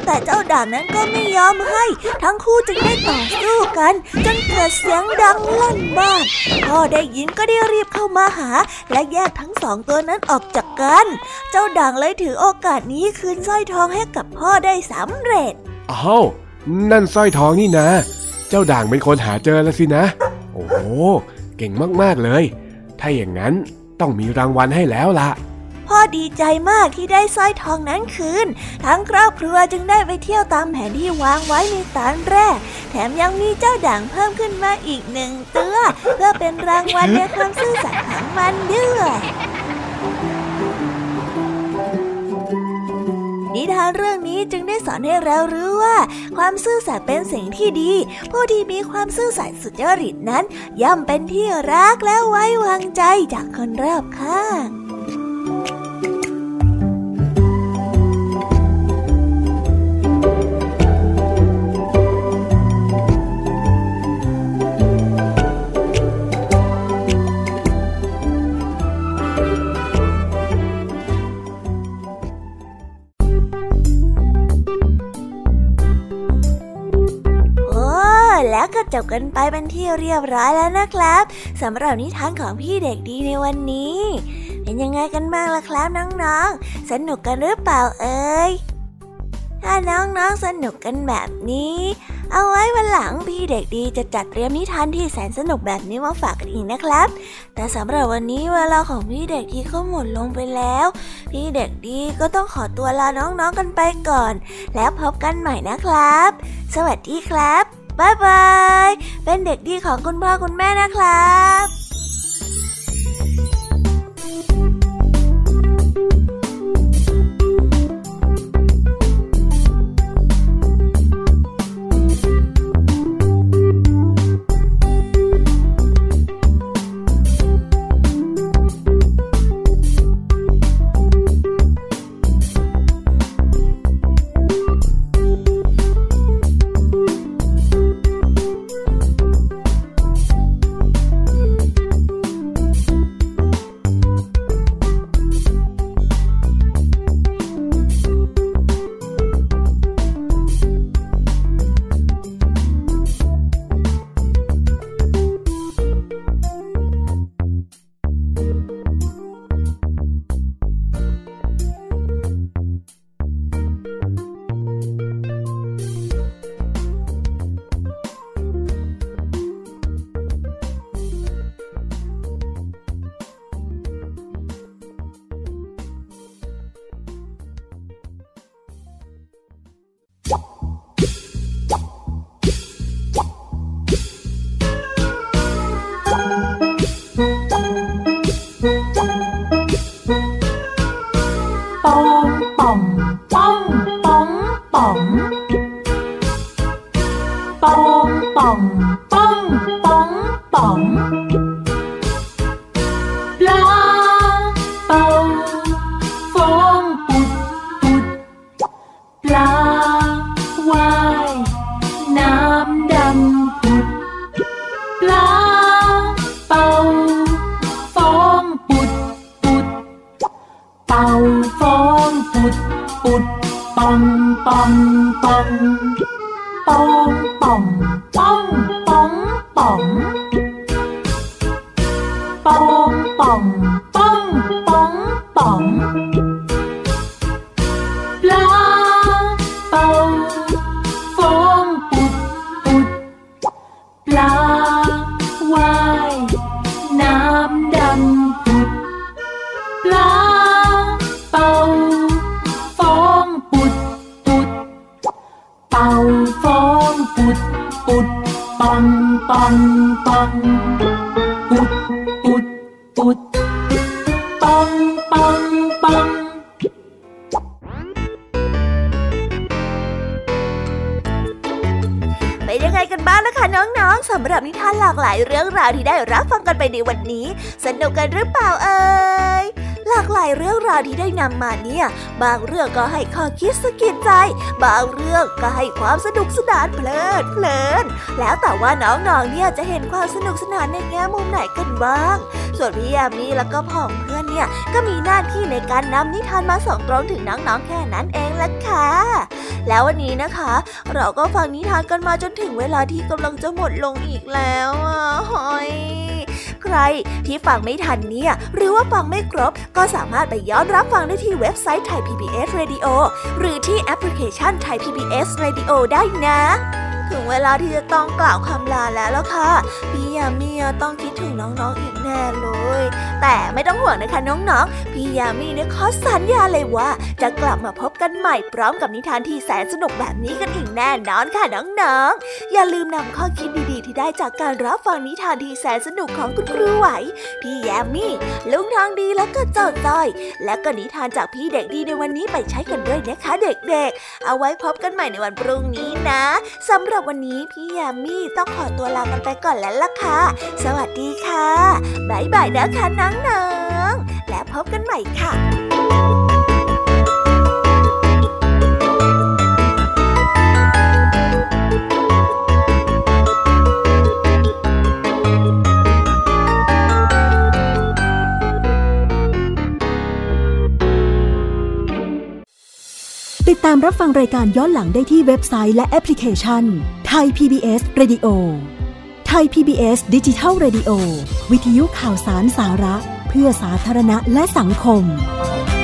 แต่เจ้าด่างนั้นก็ไม่ยอมให้ทั้งคู่จึงได้ต่อสู้กันจนเกิดเสียงดังลั่นบ้านพ่อได้ยินก็ได้รีบเข้ามาหาและแยกทั้งสองตัวนั้นออกจากกันเจ้าด่างเลยถือโอกาสนี้คืนสร้อยทองให้กับพ่อได้สำเร็จอ้าวนั่นสร้อยทองนี่นะเจ้าด่างเป็นคนหาเจอแล้วสินะโอ้โหเก่งมากๆเลยถ้าอย่างนั้นต้องมีรางวัลให้แล้วล่ะพ่อดีใจมากที่ได้สร้อยทองนั้นคืนทั้งครอบครัวจึงได้ไปเที่ยวตามแผนที่วางไว้ในตอนแรกแถมยังมีเจ้าด่างเพิ่มขึ้นมาอีกหนึ่งตัวเพื่อเป็นรางวัลในความซื่อสัตย์ของมันด้วยนิทานเรื่องนี้จึงได้สอนให้เรารู้ว่าความซื่อสัตย์เป็นสิ่งที่ดีผู้ที่มีความซื่อสัตย์สุจริตนั้นย่อมเป็นที่รักและไว้วางใจจากคนรอบข้างแล้วก็จบกันไปเป็นที่เรียบร้อยแล้วนะครับสำหรับนิทานของพี่เด็กดีในวันนี้เป็นยังไงกันบ้างล่ะครับน้องๆสนุกกันหรือเปล่าเอ่ยถ้าน้องๆสนุกกันแบบนี้เอาไว้วันหลังพี่เด็กดีจะจัดเตรียมนิทานที่แสนสนุกแบบนี้มาฝากกันอีกนะครับแต่สำหรับวันนี้เวลาของพี่เด็กดีก็หมดลงไปแล้วพี่เด็กดีก็ต้องขอตัวลาน้องๆกันไปก่อนแล้วพบกันใหม่นะครับสวัสดีครับบ๊ายบายเป็นเด็กดีของคุณพ่อคุณแม่นะครับสำหรับนิทานหลากหลายเรื่องราวที่ได้รับฟังกันไปในวันนี้สนุกกันหรือเปล่าเอ่ยหลากหลายเรื่องราวที่ได้นำมาเนี่ยบางเรื่องก็ให้ข้อคิดสะกิดใจบางเรื่องก็ให้ความสนุกสนานเพลิดเพลินแล้วแต่ว่าน้องๆเนี่ยจะเห็นความสนุกสนานในแง่มุมไหนกันบ้างส่วนพี่ยามีแล้วก็พ่องเพื่อนเนี่ยก็มีหน้าที่ในการนำนิทานมาส่งตรงถึงน้องๆแค่นั้นเองล่ะค่ะแล้ววันนี้นะคะเราก็ฟังนิทานกันมาจนถึงเวลาที่กำลังจะหมดลงอีกแล้วอ่ะหอยใครที่ฟังไม่ทันเนี่ยหรือว่าฟังไม่ครบก็สามารถไปย้อนรับฟังได้ที่เว็บไซต์ Thai พี บี เอส Radio หรือที่แอปพลิเคชัน Thai พี บี เอส Radio ได้นะถึงเวลาที่จะต้องกล่าวคำลาแล้วล่ะค่ะพี่ยามีต้องคิดถึงน้องๆอีกแน่เลยแต่ไม่ต้องห่วงนะคะน้องๆพี่ยามีเนี่ยขอสัญญาเลยว่าจะกลับมาพบกันใหม่พร้อมกับนิทานที่แสนสนุกแบบนี้กันอีกแน่นอนค่ะน้องๆอย่าลืมนำข้อคิดดีๆที่ได้จากการรับฟังนิทานที่แสนสนุกของคุณครูไหวพี่ยามีลุงทองดีและก็เจ้าจ้อยและก็นิทานจากพี่เด็กดีในวันนี้ไปใช้กันด้วยนะคะเด็กๆเอาไว้พบกันใหม่ในวันพรุ่งนี้นะสำหรับวันนี้พี่ยามีต้องขอตัวลากันไปก่อนแล้วล่ะค่ะสวัสดีค่ะบ๊ายบายนะคะน้องๆและพบกันใหม่ค่ะติดตามรับฟังรายการย้อนหลังได้ที่เว็บไซต์และแอปพลิเคชัน Thai พี บี เอส Radio Thai พี บี เอส Digital Radio วิทยุข่าวสารสาระเพื่อสาธารณะและสังคม